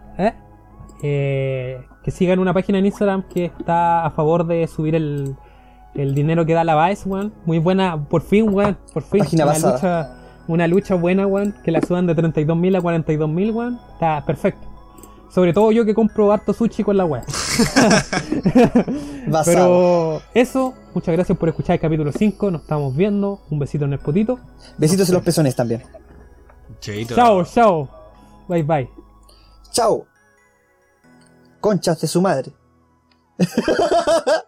Que sigan una página en Instagram que está a favor de subir el dinero que da la Vice, weón. Muy buena, por fin, weón. Por fin. Página basada. Una lucha buena, weón. Que la suban de 32.000 a 42.000, weón. Está perfecto. Sobre todo yo que compro harto sushi con la weá. Basado. Pero eso, muchas gracias por escuchar el capítulo 5. Nos estamos viendo. Un besito en el potito. Besitos en los pezones también. Cheito. Chao. Bye bye. Chao. Conchas de su madre.